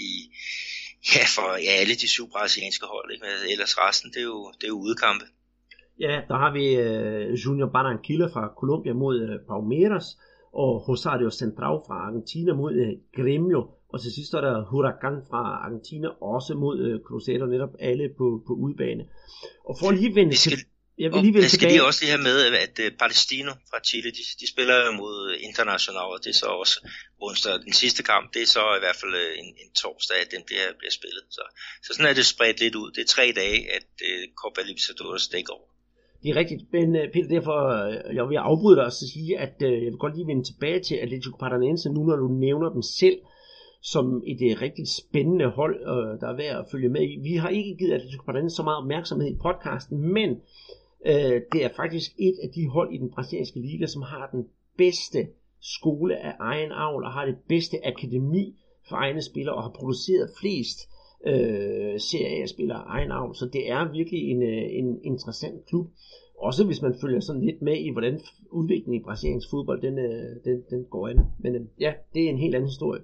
Speaker 3: for alle de 7 brasilianske hold, ikke? Men ellers resten, det er jo udekampe.
Speaker 2: Ja, der har vi Junior Barranquilla fra Colombia mod Palmeiras, og Rosario Central fra Argentina mod Grêmio, og til sidst er der Huracan fra Argentina også mod Cruzeiro, netop alle på udebane. Og for lige vende
Speaker 3: Jeg skal lige også lige have med, at Palestino fra Chile, de spiller mod Internacional, og det er så også onsdag. Den sidste kamp, det er så i hvert fald en torsdag, at den bliver spillet. Så sådan er det spredt lidt ud. Det er 3 dage, at Copa Libertadores dækker over.
Speaker 2: Det er rigtigt, men Peter, derfor jeg vil afbryde dig og sige, at jeg vil godt lige vende tilbage til Atlético Paranaense, nu når du nævner dem selv som et rigtig spændende hold, der er værd at følge med i. Vi har ikke givet Atlético Paranaense så meget opmærksomhed i podcasten, men det er faktisk et af de hold i den brasilianske liga, som har den bedste skole af egen avl, og har det bedste akademi for egne spillere, og har produceret flest Serie A-spillere af egen avl. Så det er virkelig en interessant klub. Også hvis man følger sådan lidt med i, hvordan udviklingen i brasiliansk fodbold, den går an. Men ja, det er en helt anden historie.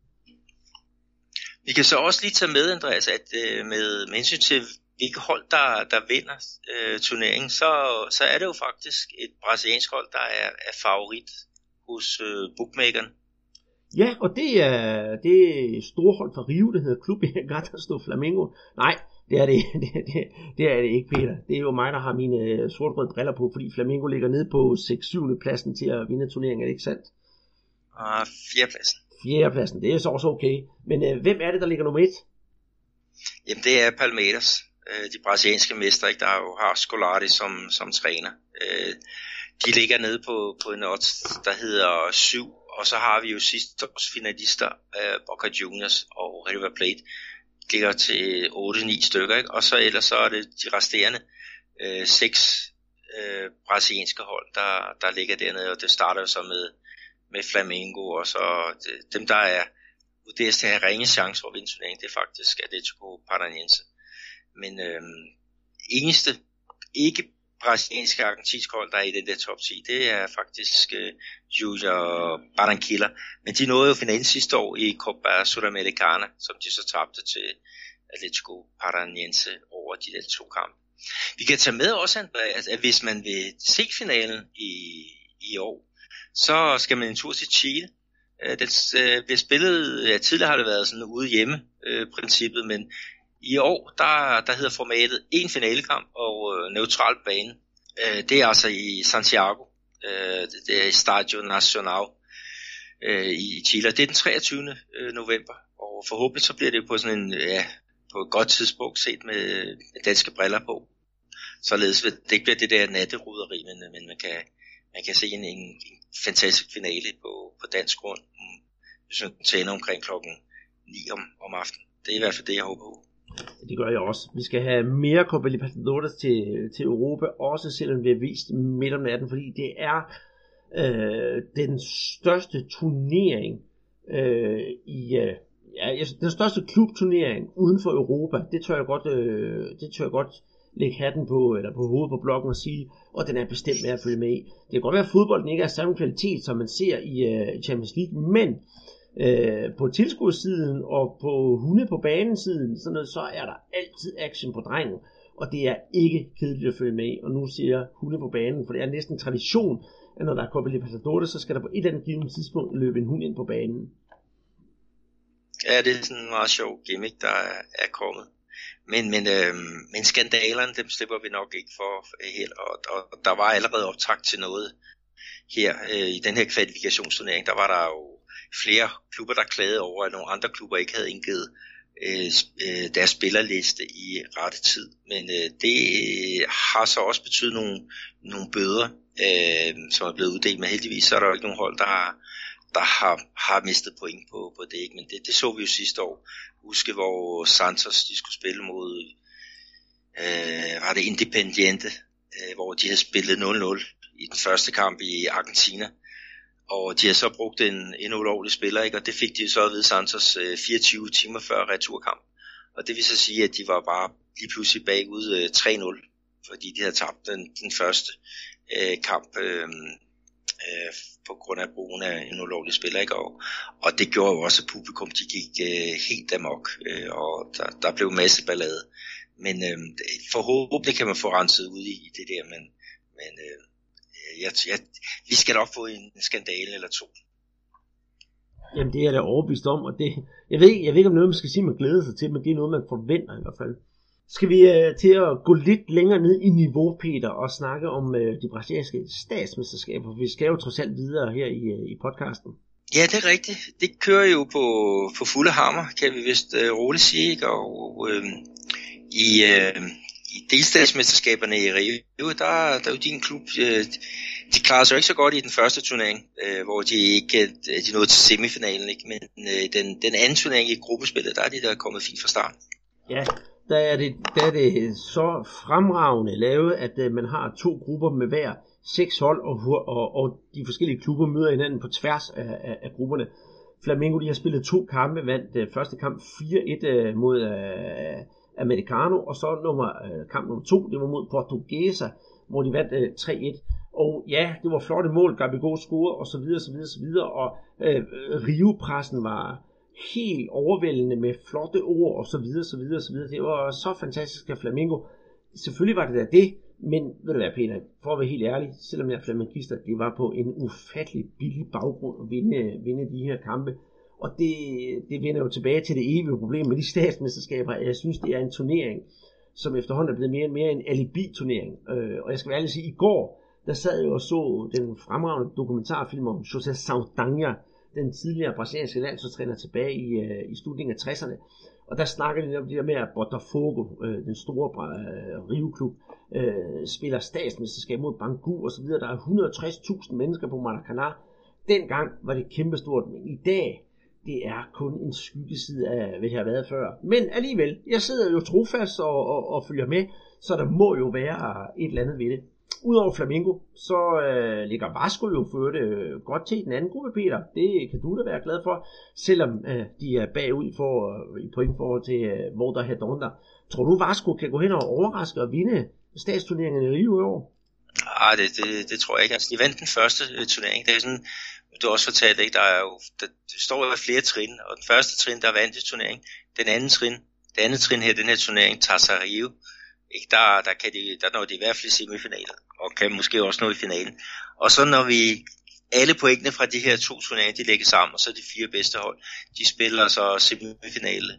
Speaker 3: Vi kan så også lige tage med, Andreas, at med hensyn til hvilke hold, der vinder turneringen, så er det jo faktisk et brasiliansk hold, der er favorit hos bookmakeren.
Speaker 2: Ja, og det er det store hold fra Rio, der hedder Club Gatas do Flamengo. Nej, det er det ikke, Peter. Det er jo mig, der har mine sort-røde briller på, fordi Flamengo ligger nede på 6-7. pladsen til at vinde turneringen, er det ikke sandt?
Speaker 3: 4. pladsen.
Speaker 2: 4. pladsen, det er så også okay. Men hvem er det, der ligger nummer 1?
Speaker 3: Jamen, det er Palmeiras, de brasilianske mestre, ikke? Der har Scolari som træner. De ligger nede på en odds, der hedder 7. Og så har vi jo sidste års finalister, Boca Juniors og River Plate, ligger til 8-9 stykker, ikke? Og så ellers så er det de resterende 6 brasilianske hold, der ligger dernede, og det starter jo så med Flamengo, og så dem, der er vurderes til at have ringe chance for at vinde turneringen, det er faktisk Atlético Paranaense. Men eneste ikke brasilianske argentinske hold, der er i den der top 10, det er faktisk Junior Barranquilla. Men de nåede jo finalen sidste år i Copa Sudamericana, som de så tabte til Atlético Paranaense over de der 2 kampe. Vi kan tage med også, Andreas, at hvis man vil se finalen i år, så skal man en tur til Chile. Den bliver spillet, tidligere har det været sådan ude hjemme princippet, men i år, der hedder formatet en finalekamp og neutral bane. Det er altså i Santiago, det er i Estadio Nacional i Chile. Det er den 23. november, og forhåbentlig så bliver det på sådan en, på et godt tidspunkt set med danske briller på. Således det ikke bliver det der natteruderi, men man kan se en fantastisk finale på dansk grund, hvis man tænder omkring klokken 9 om aftenen. Det er i hvert fald det, jeg håber på.
Speaker 2: Det gør jeg også. Vi skal have mere Copa Libertadores til Europa, også selvom det er vist midt om natten, fordi det er den største turnering den største klubturnering uden for Europa. Det tør jeg godt lægge hatten på, eller på hovedet på blokken og sige, og den er bestemt med at følge med i. Det kan godt være, at fodbolden ikke er samme kvalitet, som man ser i Champions League, men på tilskuersiden og på hunde på banen-siden, så er der altid action på drengen, og det er ikke kedeligt at følge med i. Og nu siger jeg hunde på banen, for det er næsten tradition, at når der er Copa Libertadores, så skal der på et eller andet givet tidspunkt løbe en hund ind på banen.
Speaker 3: Ja, det er sådan en meget sjov gimmick, der er kommet. Men skandalerne, dem slipper vi nok ikke for helt, og der var allerede optakt til noget her i den her kvalifikationsturnering. Der var der jo flere klubber, der klagede over, at nogle andre klubber ikke havde indgivet deres spillerliste i rette tid. Men det har så også betydet nogle bøder, som er blevet uddelt, men heldigvis så er der jo ikke nogen hold, der har mistet point på det, ikke? Men det så vi jo sidste år. Huske, hvor Santos de skulle spille mod var det Independiente, hvor de havde spillet 0-0 i den første kamp i Argentina. Og de har så brugt en ulovlig spiller, ikke? Og det fik de så at vide Santos 24 timer før returkamp. Og det vil så sige, at de var bare lige pludselig bagud 3-0, fordi de havde tabt den første kamp på grund af brugen af en ulovlig spiller, ikke? Og det gjorde jo også, at publikum de gik helt amok, og der blev en masse ballade. Men forhåbentlig kan man få renset ud i det der, men vi skal nok få en skandale eller to.
Speaker 2: Jamen det er jeg da overbevist om, og det, jeg ved ikke om noget man skal sige man glæder sig til, men det er noget man forventer i hvert fald. Skal vi til at gå lidt længere ned i niveau, Peter, og snakke om de brasilianske statsmesterskaber? Vi skal jo trods alt videre her i podcasten.
Speaker 3: Ja, det er rigtigt. Det kører jo på fulde hammer, kan vi vist roligt sige, ikke? Og i delstatsmesterskaberne i Rio, der er jo din klub, de klarede sig ikke så godt i den første turnering, hvor de nåede til semifinalen, ikke? Men den anden turnering i gruppespillet, der er de der kommet fint fra start.
Speaker 2: Ja, der er det så fremragende lavet, at man har 2 grupper med hver 6 hold, og de forskellige klubber møder hinanden på tværs af grupperne. Flamengo, de har spillet 2 kampe, vandt første kamp 4-1 mod Americano, og så kamp nummer 2, det var mod Portuguesa, hvor de vandt 3-1. Og ja, det var flotte mål, Gabigol scorede, og så videre, og Rio-pressen var helt overvældende med flotte ord, og så videre. Det var så fantastisk af Flamengo. Selvfølgelig var det da det, men ved du hvad, Peter, for at være helt ærlig, selvom jeg er flamingister, det var på en ufattelig billig baggrund at vinde de her kampe. Og det vender jo tilbage til det evige problem med de statsmesterskaber. Jeg synes, det er en turnering, som efterhånden er blevet mere og mere en alibi-turnering. Og jeg skal være ærlig at sige, i går, der sad jeg og så den fremragende dokumentarfilm om José Saldanha, den tidligere brasilianske landsholdstræner tilbage i slutningen af 60'erne. Og der snakker de om det der med, at Botafogo, den store Rio-klub, spiller statsmesterskab mod Bangu og så videre. Der er 160.000 mennesker på Maracanã. Dengang var det kæmpestort, men i dag, det er kun en skyggeside af, hvad jeg har været før. Men alligevel, jeg sidder jo trofast og følger med, så der må jo være et eller andet ved det. Udover Flamengo, så ligger Vasco jo for det godt til i den anden gruppe, Peter. Det kan du da være glad for, selvom de er bagud i pointforhold til Volta Redonda. Tror du, Vasco kan gå hen og overraske og vinde statsturneringen i Rio i år?
Speaker 3: Ah, det tror jeg ikke. Altså, de vandt den første turnering. Det er sådan, du har også fortalt, ikke? Der står jo flere trin, og den første trin, der vandt i turneringen. Det andet trin her, den her turnering, Taça Rio, ikke? Der når de i hvert fald i semifinaler, og kan måske også nå i finalen. Og så når vi alle pointene fra de her 2 turneringer, de lægger sammen, og så de 4 bedste hold, de spiller så semifinale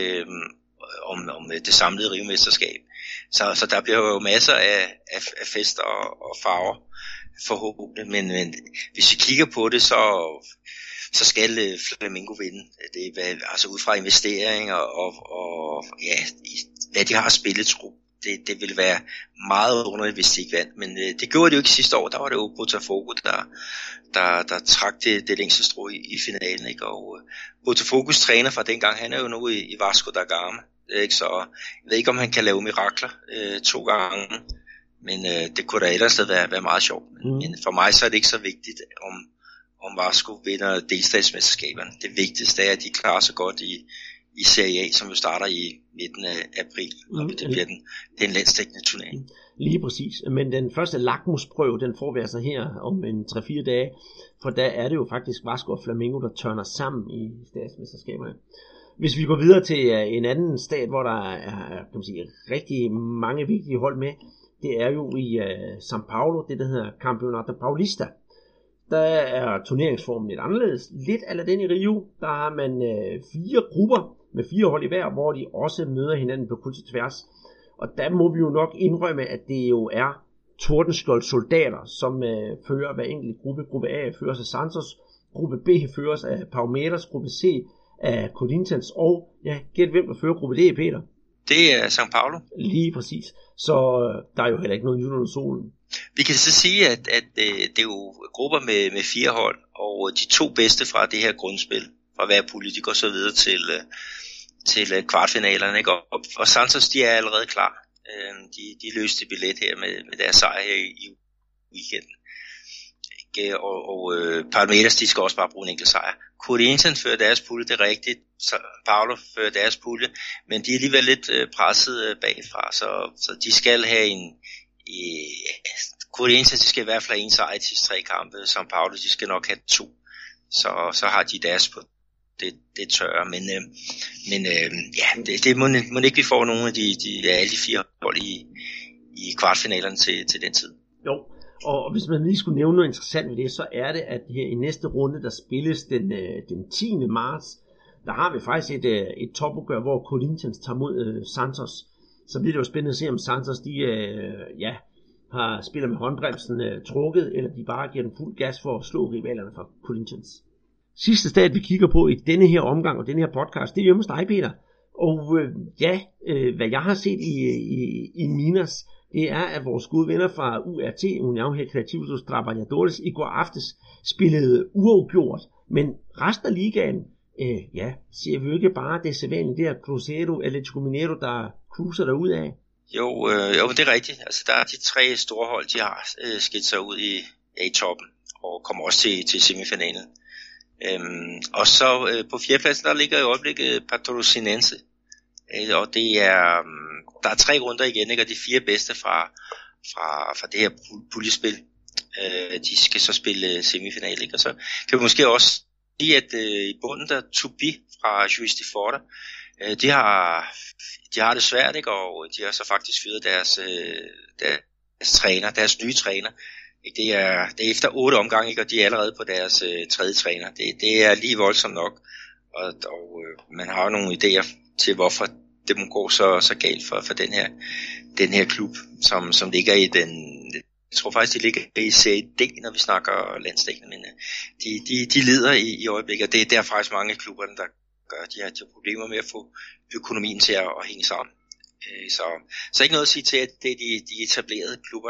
Speaker 3: om det samlede Rio-mesterskab. Så der bliver jo masser af fester og farver forhåbentlig, men hvis vi kigger på det, så skal Flamengo vinde. Det er altså ud fra investeringer og ja, hvad de har spillet, tro. Det ville være meget underligt, hvis de ikke vandt, men det gjorde det jo ikke sidste år. Der var det jo Botafogo, der trak det længste strå i finalen, ikke? Og Botafogos træner fra dengang, han er jo nu i Vasco da Gama, ikke? Så jeg ved ikke, om han kan lave mirakler 2 gange, men det kunne da ellers være meget sjovt. Men for mig så er det ikke så vigtigt, om Vasco vinder delstatsmesterskaberne. Det vigtigste er, at de klarer sig godt i Serie A, som jo starter i midten af april, og det bliver den landsdækkende turnering.
Speaker 2: Lige præcis, men den første lakmusprøve, den får vi altså her om en 3-4 dage, for der er det jo faktisk Vasco og Flamengo, der tørner sammen i statsmesterskaberne. Hvis vi går videre til en anden stat, hvor der er, kan man sige, rigtig mange vigtige hold med, det er jo i São Paulo, det der hedder Campeonato Paulista. Der er turneringsformen lidt anderledes. Lidt eller den i Rio, der har man 4 grupper med 4 hold i hver, hvor de også møder hinanden på kryds og tværs. Og der må vi jo nok indrømme, at det jo er Tordenskjold soldater, som fører hver enkelt gruppe. Gruppe A føres af Santos, gruppe B føres af Palmeiras, gruppe C af Corinthians, og ja, gæt hvem der fører gruppe D, Peter?
Speaker 3: Det er São Paulo.
Speaker 2: Lige præcis. Så der er jo heller ikke noget nyt under solen.
Speaker 3: Vi kan så sige, at det er jo grupper med 4 hold, og de 2 bedste fra det her grundspil, fra hver pulje, de går så videre til kvartfinalerne, ikke? Og Santos, de er allerede klar. De løste billet her med deres sejr her i weekenden. Ikke? Og Palmeiras, de skal også bare bruge en enkelt sejr. Corinthians fører deres pulje, det er rigtigt. Paulo fører deres pulje, men de er alligevel lidt presset bagfra, så de skal have Corinthians, de skal i hvert fald have en sejr til 3 kampe. São Paulo, de skal nok have 2. Så har de deres på det tørre. Men ja, det må ikke vi får nogle af alle de 4 hold i kvartfinalerne til den tid.
Speaker 2: Jo, og hvis man lige skulle nævne noget interessant ved det, så er det, at her i næste runde, der spilles den 10. marts, der har vi faktisk et topopgør, hvor Corinthians tager mod Santos. Så bliver det jo spændende at se, om Santos spiller med håndbremsen trukket, eller de bare giver den fuld gas for at slå rivalerne fra Corinthians. Sidste stat, vi kigger på i denne her omgang og denne her podcast, det er hjemme hos dig, Peter. Og hvad jeg har set i Minas, det er, at vores gode venner fra URT, União Recreativos dos Trabalhadores, i går aftes spillede uafgjort, men resten af ligaen, ser vi jo ikke bare det sædvanlige der Cruzeiro, Atlético Mineiro, der cruiser derudad.
Speaker 3: Jo, det er rigtigt. Altså, der er de 3 store hold, de har skilt sig ud i A-toppen, og kommer også til semifinalen. Og så på 4. pladsen, der ligger i øjeblikket Patrocinense. Og det er, der er 3 runder igen, ikke? Og de 4 bedste fra det her puljespil, de skal så spille semifinal, ikke? Og så kan vi måske også sige, at i bunden der Tupi fra Juiz de Fora, de har det svært, ikke? Og de har så faktisk fyret deres træner, deres nye træner. Det er efter 8 omgange, ikke? Og de er allerede på deres 3. træner. Det er lige voldsomt nok, og man har jo nogle idéer til, hvorfor det må gå så galt for den her klub, som ligger i den. Jeg tror faktisk, de ligger i Serie D, når vi snakker landsdækkende, men de lider i øjeblikket. Der er faktisk mange klubber, der gør, de har problemer med at få økonomien til at hænge sammen. Så ikke noget at sige til, at det er de etablerede klubber,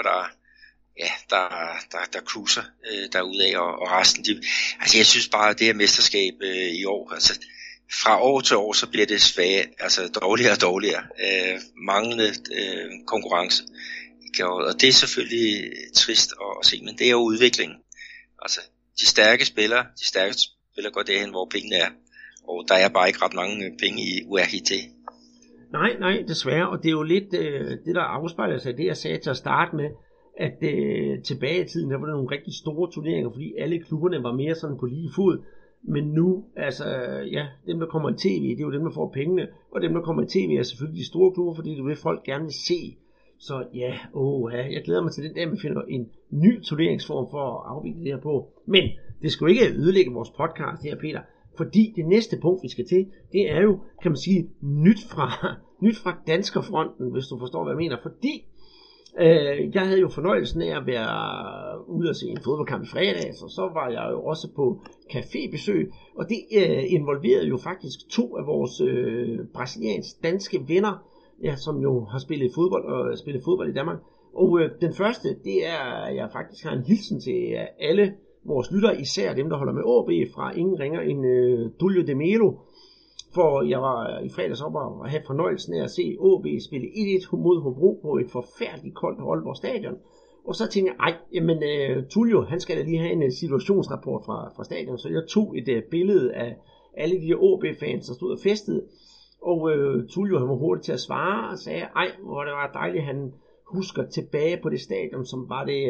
Speaker 3: der cruiser derudad, og resten. Altså jeg synes bare, at det her mesterskab i år, altså fra år til år, så bliver det dårligere og dårligere. Manglende konkurrence. Og det er selvfølgelig trist at se, men det er jo udviklingen. Altså de stærke spillere går derhen, hvor pengene er. Og der er bare ikke ret mange penge i URT.
Speaker 2: Nej, desværre. Og det er jo lidt det, der afspejler sig, det jeg sagde til at starte med, at tilbage i tiden, der var der nogle rigtig store turneringer, fordi alle klubberne var mere sådan på lige fod. Men nu, dem der kommer i tv, det er jo dem der får pengene, og dem der kommer i tv er selvfølgelig de store klubber, fordi det er det folk gerne vil se. Så ja, jeg glæder mig til den dag, vi finder en ny turneringsform for at afvikle det her på. Men det skal jo ikke ødelægge vores podcast her, Peter. Fordi det næste punkt, vi skal til, det er jo, kan man sige, nyt fra danskerfronten, hvis du forstår, hvad jeg mener. Fordi jeg havde jo fornøjelsen af at være ude og se en fodboldkamp i fredags, og så var jeg jo også på cafébesøg, og det involverede jo faktisk 2 af vores brasiliansk-danske venner, ja, som jo har spillet fodbold i Danmark. Og den første, det er, at jeg faktisk har en hilsen til alle vores lyttere, især dem, der holder med AB, fra ingen ringer end Dulio de Melo. For jeg var i fredags op og have fornøjelsen af at se AB spille 1-1 mod Hobro på et forfærdeligt koldt Aalborg Stadion. Og så tænkte jeg, Tulio, han skal da lige have en situationsrapport fra stadion. Så jeg tog et billede af alle de AB-fans, der stod og festede. Og Tulio, han var hurtigt til at svare og sagde, hvor det var dejligt, at han husker tilbage på det stadion, som var det,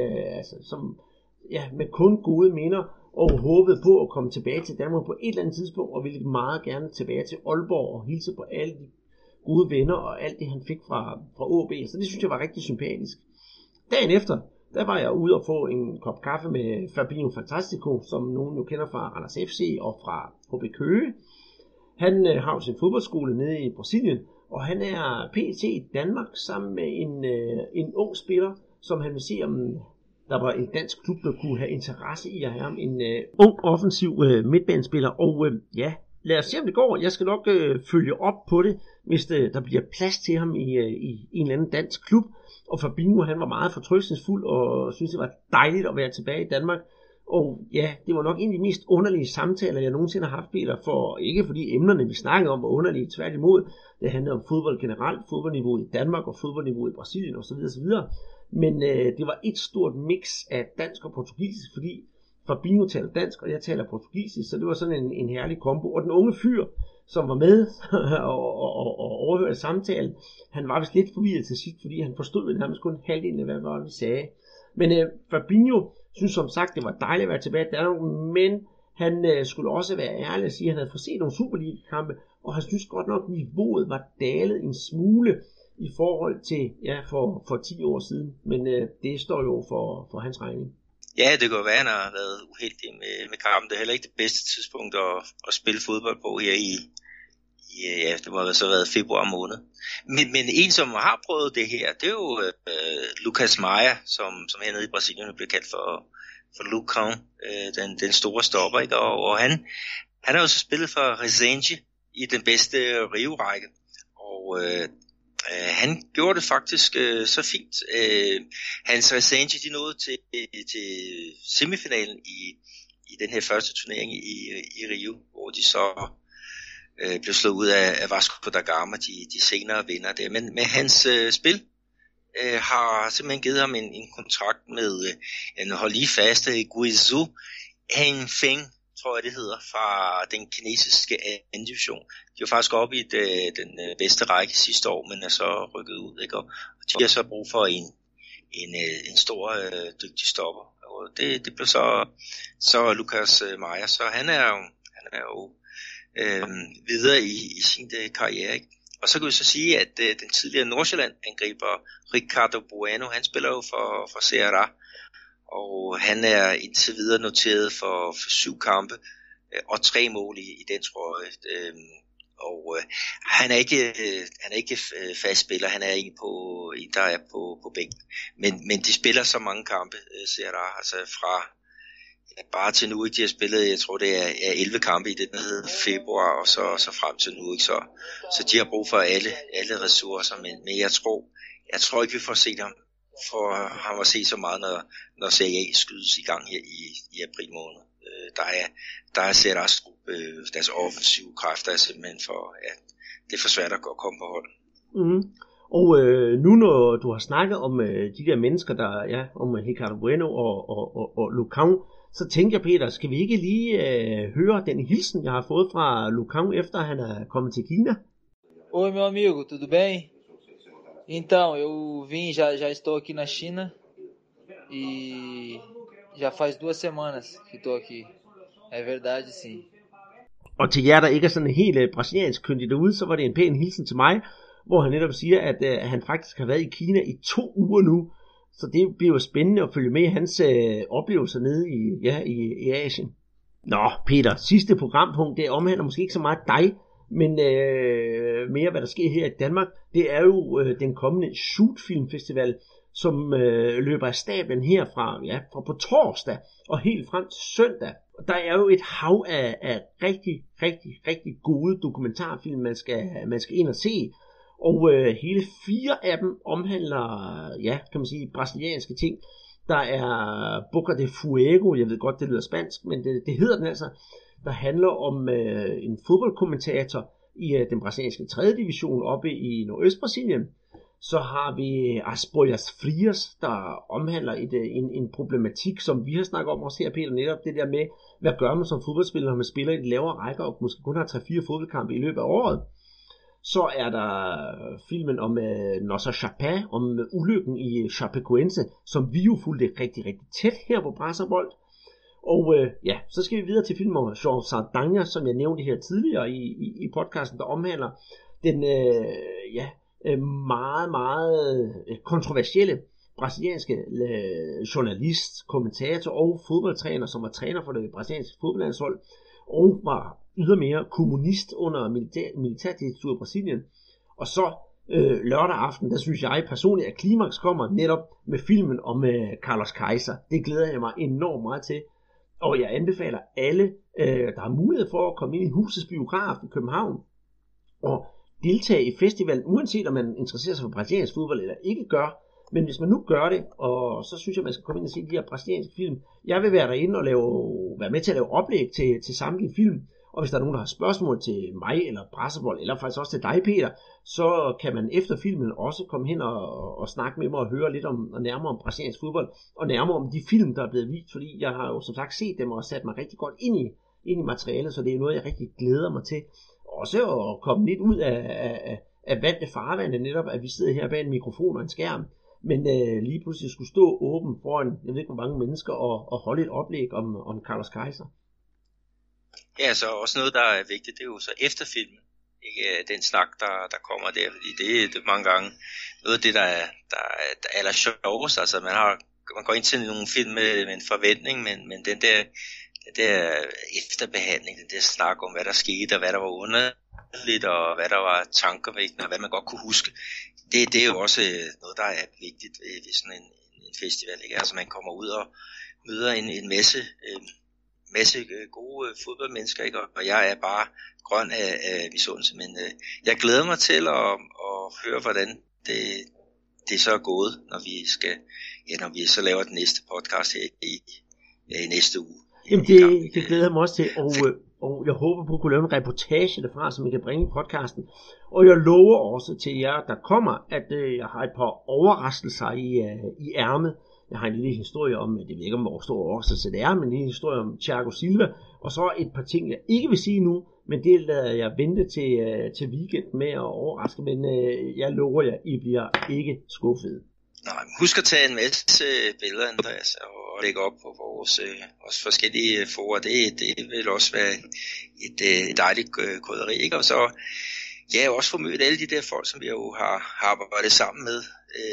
Speaker 2: med kun gode minder, og håbede på at komme tilbage til Danmark på et eller andet tidspunkt, og ville meget gerne tilbage til Aalborg og hilse på alle de gode venner og alt det, han fik fra AB. Så det synes jeg var rigtig sympatisk. Dagen efter, der var jeg ude og få en kop kaffe med Fabinho Fantastico, som nogen jo kender fra Randers FC og fra HB Køge. Han har jo sin fodboldskole nede i Brasilien, og han er pt. I Danmark sammen med en ung spiller, som han vil se, om der var en dansk klub, der kunne have interesse i at have ham. En ung, offensiv midtbanespiller. Og lad os se, om det går. Jeg skal nok følge op på det, hvis der bliver plads til ham i en eller anden dansk klub. Og Fabinho, han var meget fortrøstningsfuld og synes det var dejligt at være tilbage i Danmark. Og ja, det var nok en af de mest underlige samtaler, jeg nogensinde har haft, Peter, for ikke fordi emnerne, vi snakkede om, var underlige, tværtimod. Det handlede om fodbold generelt, fodboldniveauet i Danmark og fodboldniveauet i Brasilien osv. osv. Men det var et stort mix af dansk og portugisisk, fordi Fabinho taler dansk, og jeg taler portugisisk, så det var sådan en herlig kombo. Og den unge fyr, som var med og overhørte samtalen, han var vist lidt forvirret til sidst, fordi han forstod vel nærmest kun halvdelen af, hvad vi sagde. Men Fabinho synes som sagt, det var dejligt at være tilbage i Danmark, men han skulle også være ærlig og sige, at han havde fået set nogle Superliga-kampe, og han synes godt nok, at niveauet var dalet en smule i forhold til for 10 år siden. Men det står jo for hans regning.
Speaker 3: Ja, det kan være, at han har været uheldig med kampen. Det er heller ikke det bedste tidspunkt at spille fodbold på her det må have så været februar måned. Men en, som har prøvet det her, det er jo Lucas Maia, som hernede i Brasilien bliver kaldt for Lucão, den store stopper, ikke? Og han har jo så spillet for Resende i den bedste Rio-række, og han gjorde det faktisk så fint. Hans Resende, de nåede til semifinalen i den her første turnering i Rio, hvor de så blev slået ud af Vasco da Gama, de senere vinder der. Men hans spil har simpelthen givet ham en kontrakt med en hold lige fast, Guizhou Hengfeng, tror jeg det hedder, fra den kinesiske anden division. De var faktisk oppe i den bedste række sidste år, men er så rykket ud, ikke? Og de har så brug for en stor dygtig stopper. Og det blev så Lucas Maia, så han er jo videre i sin karriere, ikke? Og så kan vi så sige, at den tidligere Nordsjælland-angriber Ricardo Bueno, han spiller jo for Ceará, og han er indtil videre noteret for 7 kampe og 3 mål i den trøje. Og han er ikke fast spiller, han er en der er på bænken. Men de spiller så mange kampe, Ceará, altså fra bare til nu, ikke? De har spillet, jeg tror det er 11 kampe i det, der hedder februar, og så frem til nu, ikke? Så de har brug for alle ressourcer, men jeg tror ikke, vi får set ham, for han var set så meget, når Serie A skydes i gang her i april måned. Der er Cearás gruppe, deres offensive kræfter er simpelthen det er for svært at komme på hold.
Speaker 2: Mm. Og nu når du har snakket om de der mennesker, om Ricardo Bueno og Lucão, så tænker jeg, Peter, skal vi ikke lige høre den hilsen, jeg har fået fra Lucão, efter han er kommet til Kina?
Speaker 5: Oi, meu amigo, tudo bem? Então, eu já estou aqui na China e já faz 2 semanas que estou aqui. É verdade, sim.
Speaker 2: Og til jer, der ikke er sådan helt brasiliansk kyndig derude, så var det en pæn hilsen til mig. hvor han netop siger, at han faktisk har været i Kina i 2 uger nu. Så det bliver jo spændende at følge med hans oplevelser nede i Asien. Nå, Peter, sidste programpunkt, det omhandler måske ikke så meget dig, men mere hvad der sker her i Danmark. Det er jo den kommende Shoot-filmfestival, som løber af stablen herfra fra på torsdag og helt frem til søndag. Der er jo et hav af rigtig gode dokumentarfilm, man skal ind og se. Og hele 4 af dem omhandler, kan man sige, brasilianske ting. Der er Boca de Fuego, jeg ved godt, det lyder spansk, men det hedder den altså. Der handler om en fodboldkommentator i den brasilianske 3. division oppe i Nordøst-Brasilien. Så har vi As Boias Frias, der omhandler en problematik, som vi har snakket om også her, Peter, netop det der med, hvad gør man som fodboldspiller, når man spiller i de lavere rækker, og måske kun har 3-4 fodboldkampe i løbet af året. Så er der filmen om Nossa Chapa, om ulykken i Chapecoense, som vi jo fulgte rigtig tæt her på Brasserbold. Og så skal vi videre til filmen om Jean Saldanha, som jeg nævnte her tidligere i podcasten, der omhandler den meget kontroversielle brasilianske journalist, kommentator og fodboldtræner, som var træner for det brasilianske fodboldlandshold, og var ydermere kommunist under militærdiktaturet i Brasilien. Og så lørdag aften, der synes jeg personligt, at klimaks kommer netop med filmen om Carlos Kaiser. Det glæder jeg mig enormt meget til. Og jeg anbefaler alle, der har mulighed for at komme ind i Husets Biograf i København og deltage i festivalen, uanset om man interesserer sig for brasiliansk fodbold eller ikke gør. Men hvis man nu gør det, og så synes jeg, man skal komme ind og se de her brasilianske film. Jeg vil være derinde og være med til at lave oplæg til samtlige film. Og hvis der er nogen, der har spørgsmål til mig eller Brasserbold, eller faktisk også til dig, Peter, så kan man efter filmen også komme hen og snakke med mig og høre lidt og nærmere om brasiliansk fodbold, og nærmere om de film, der er blevet vist, fordi jeg har jo som sagt set dem og sat mig rigtig godt ind i materialet, så det er noget, jeg rigtig glæder mig til. Også at komme lidt ud af vante farvande, netop at vi sidder her bag en mikrofon og en skærm, men lige pludselig skulle stå åben foran, jeg ved ikke hvor mange mennesker, og holde et oplæg om Carlos Kaiser.
Speaker 3: Ja, så også noget, der er vigtigt, det er jo så efter filmen, ikke den snak, der kommer der, fordi det er mange gange noget af det, der er aller sjovest, altså man går ind til nogle film med en forventning, men den der efterbehandling, den der snak om, hvad der skete, og hvad der var underligt, og hvad der var tankevækkende, og hvad man godt kunne huske, det er jo også noget, der er vigtigt ved sådan en festival, ikke? Altså man kommer ud og møder en masse gode fodboldmennesker, ikke? Og jeg er bare grøn af misundelse, men jeg glæder mig til at høre, hvordan det så er gået, når vi så laver den næste podcast her i næste uge.
Speaker 2: Jamen det glæder jeg mig også til, og jeg håber på at kunne lave en reportage derfra, som I kan bringe i podcasten. Og jeg lover også til jer, der kommer, at jeg har et par overraskelser i ærmet. Jeg har en lille historie om, det ved ikke om hvor stor overraskelse det er, men en lille historie om Thiago Silva. Og så et par ting, jeg ikke vil sige nu, men det lader jeg vente til weekend med at overraske. Men jeg lover jer, I bliver ikke skuffet.
Speaker 3: Nej, husk at tage en masse billeder, Andreas, og lægge op på vores forskellige forer. Det vil også være et dejligt krydderi, ikke? Og så også få mødt alle de der folk, som vi jo har arbejdet sammen med.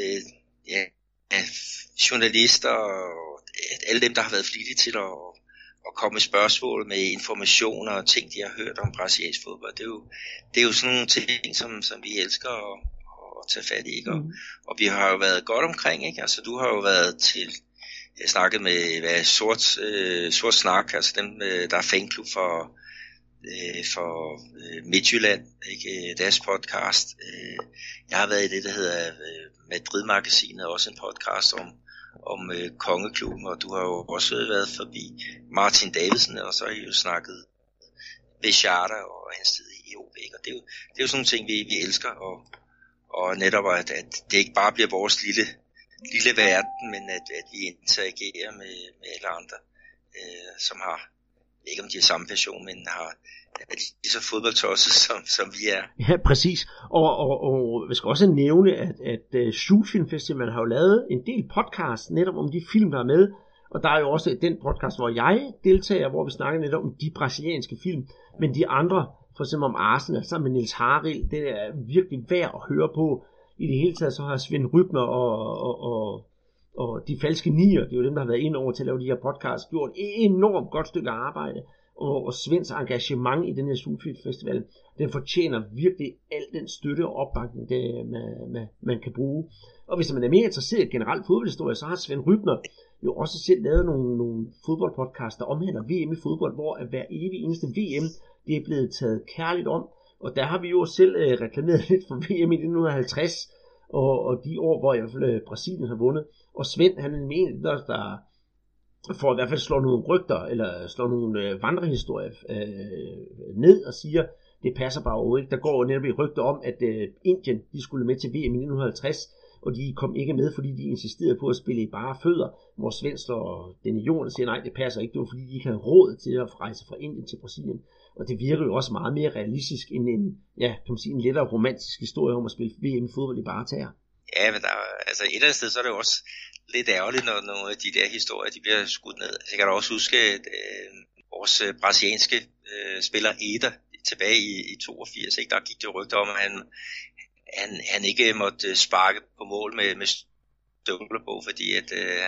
Speaker 3: Journalister og alle dem, der har været flittige til at komme med spørgsmål med informationer og ting, de har hørt om brasiliansk fodbold. Det er jo sådan nogle ting, som vi elsker at tage fat i, ikke? Og vi har jo været godt omkring, ikke? Altså du har jo været til, jeg snakket med sort snak, altså dem, der er fanklub for Midtjylland, ikke? Deres podcast. Jeg har været i det, der hedder Madrid-magasinet, også en podcast om Kongeklubben, og du har jo også været forbi Martin Davidsen, og så har I jo snakket Bechata og hans tid i OB, og det er jo sådan nogle ting, vi elsker, og netop at det ikke bare bliver vores lille verden, men at vi interagerer med alle andre, som har, ikke om de har samme passion, men er lige så fodboldtosset, som vi er.
Speaker 2: Ja, præcis. Og vi skal også nævne, at Shoot Film Festival har jo lavet en del podcast netop om de film, der er med. Og der er jo også den podcast, hvor jeg deltager, hvor vi snakker lidt om de brasilianske film, men de andre, for eksempel om Arsenal, sammen med Niels Harrild, det er virkelig værd at høre på. I det hele taget så har Svend Rybner og de falske nier, det er jo dem, der har været ind over til at lave de her podcasts, gjort et enormt godt stykke arbejde, og Svends engagement i den her Zoomfilmfestival, den fortjener virkelig al den støtte og opbakning, man kan bruge. Og hvis man er mere interesseret i generelt fodboldhistorie, så har Svend Rybner jo også selv lavet nogle fodboldpodcasts, der omhandler VM i fodbold, hvor hver evig eneste VM, det er blevet taget kærligt om. Og der har vi jo selv reklameret lidt for VM i 1950, og de år, hvor i hvert fald Brasilien har vundet. Og Svend, han er en der får i hvert fald slår nogle rygter, eller slår nogle vandrehistorier ned og siger, det passer bare overhovedet ikke. Der går jo netop et rygte om, at Indien, de skulle med til VM i 1950, og de kom ikke med, fordi de insisterede på at spille i bare fødder, hvor Svend slår den i jorden og siger, nej, det passer ikke. Det var fordi, de ikke havde råd til at rejse fra Indien til Brasilien. Og det virker jo også meget mere realistisk end en lettere romantisk historie om at spille VM i fodbold i bare tager.
Speaker 3: Ja, men der, altså et eller andet sted, så er det jo også lidt ærgerligt, når nogle af de der historier, de bliver skudt ned. Jeg kan da også huske, at vores brasilianske spiller Eder tilbage i 82, ikke? Der gik det rygter om, at han ikke måtte sparke på mål med støvler på, fordi at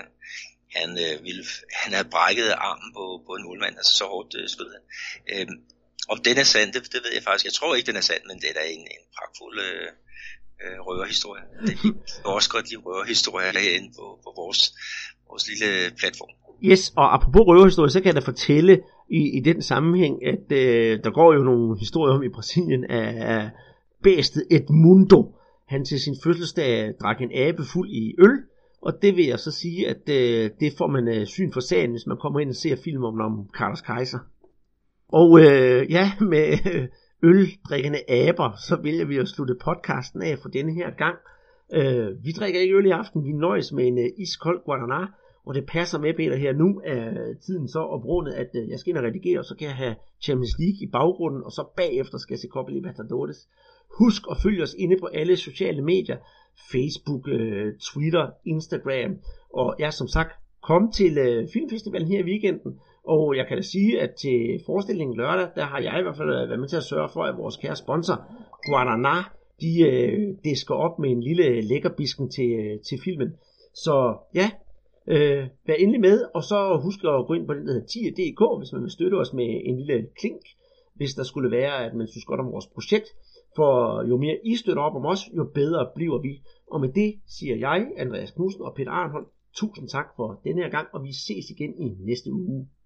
Speaker 3: han havde brækket armen på en målmand, altså så hårdt skød han. Om den er sand, det ved jeg faktisk. Jeg tror ikke, den er sand, men det er da en pragtfuld røverhistorie. Det er også godt de røverhistorier herinde på vores lille platform.
Speaker 2: Yes, og apropos røverhistorie, så kan jeg da fortælle i den sammenhæng, at der går jo nogle historier om i Brasilien af bæstet Edmundo. Han til sin fødselsdag drak en abe fuld i øl, og det vil jeg så sige, at det får man syn for sagen, hvis man kommer ind og ser filmen om Carlos Kaiser. Og med øldrikkende aber, så vælger vi at slutte podcasten af for denne her gang. Vi drikker ikke øl i aften, vi nøjes med en iskold Guaraná, og det passer med, Peter, her nu er tiden så oprundet, at jeg skal ind og redigere, og så kan jeg have Champions League i baggrunden, og så bagefter skal jeg se Copa Libertadores. Husk at følge os inde på alle sociale medier, Facebook, Twitter, Instagram, og som sagt, kom til Filmfestivalen her i weekenden, og jeg kan da sige, at til forestillingen lørdag, der har jeg i hvert fald været med til at sørge for, at vores kære sponsor, Guaraná, de disker op med en lille lækkerbisken til filmen. Så ja, vær endelig med, og så husk at gå ind på den der hedder tier.dk, hvis man vil støtte os med en lille klink, hvis der skulle være, at man synes godt om vores projekt. For jo mere I støtter op om os, jo bedre bliver vi. Og med det siger jeg, Andreas Knudsen og Peter Arnholdt, tusind tak for denne her gang, og vi ses igen i næste uge.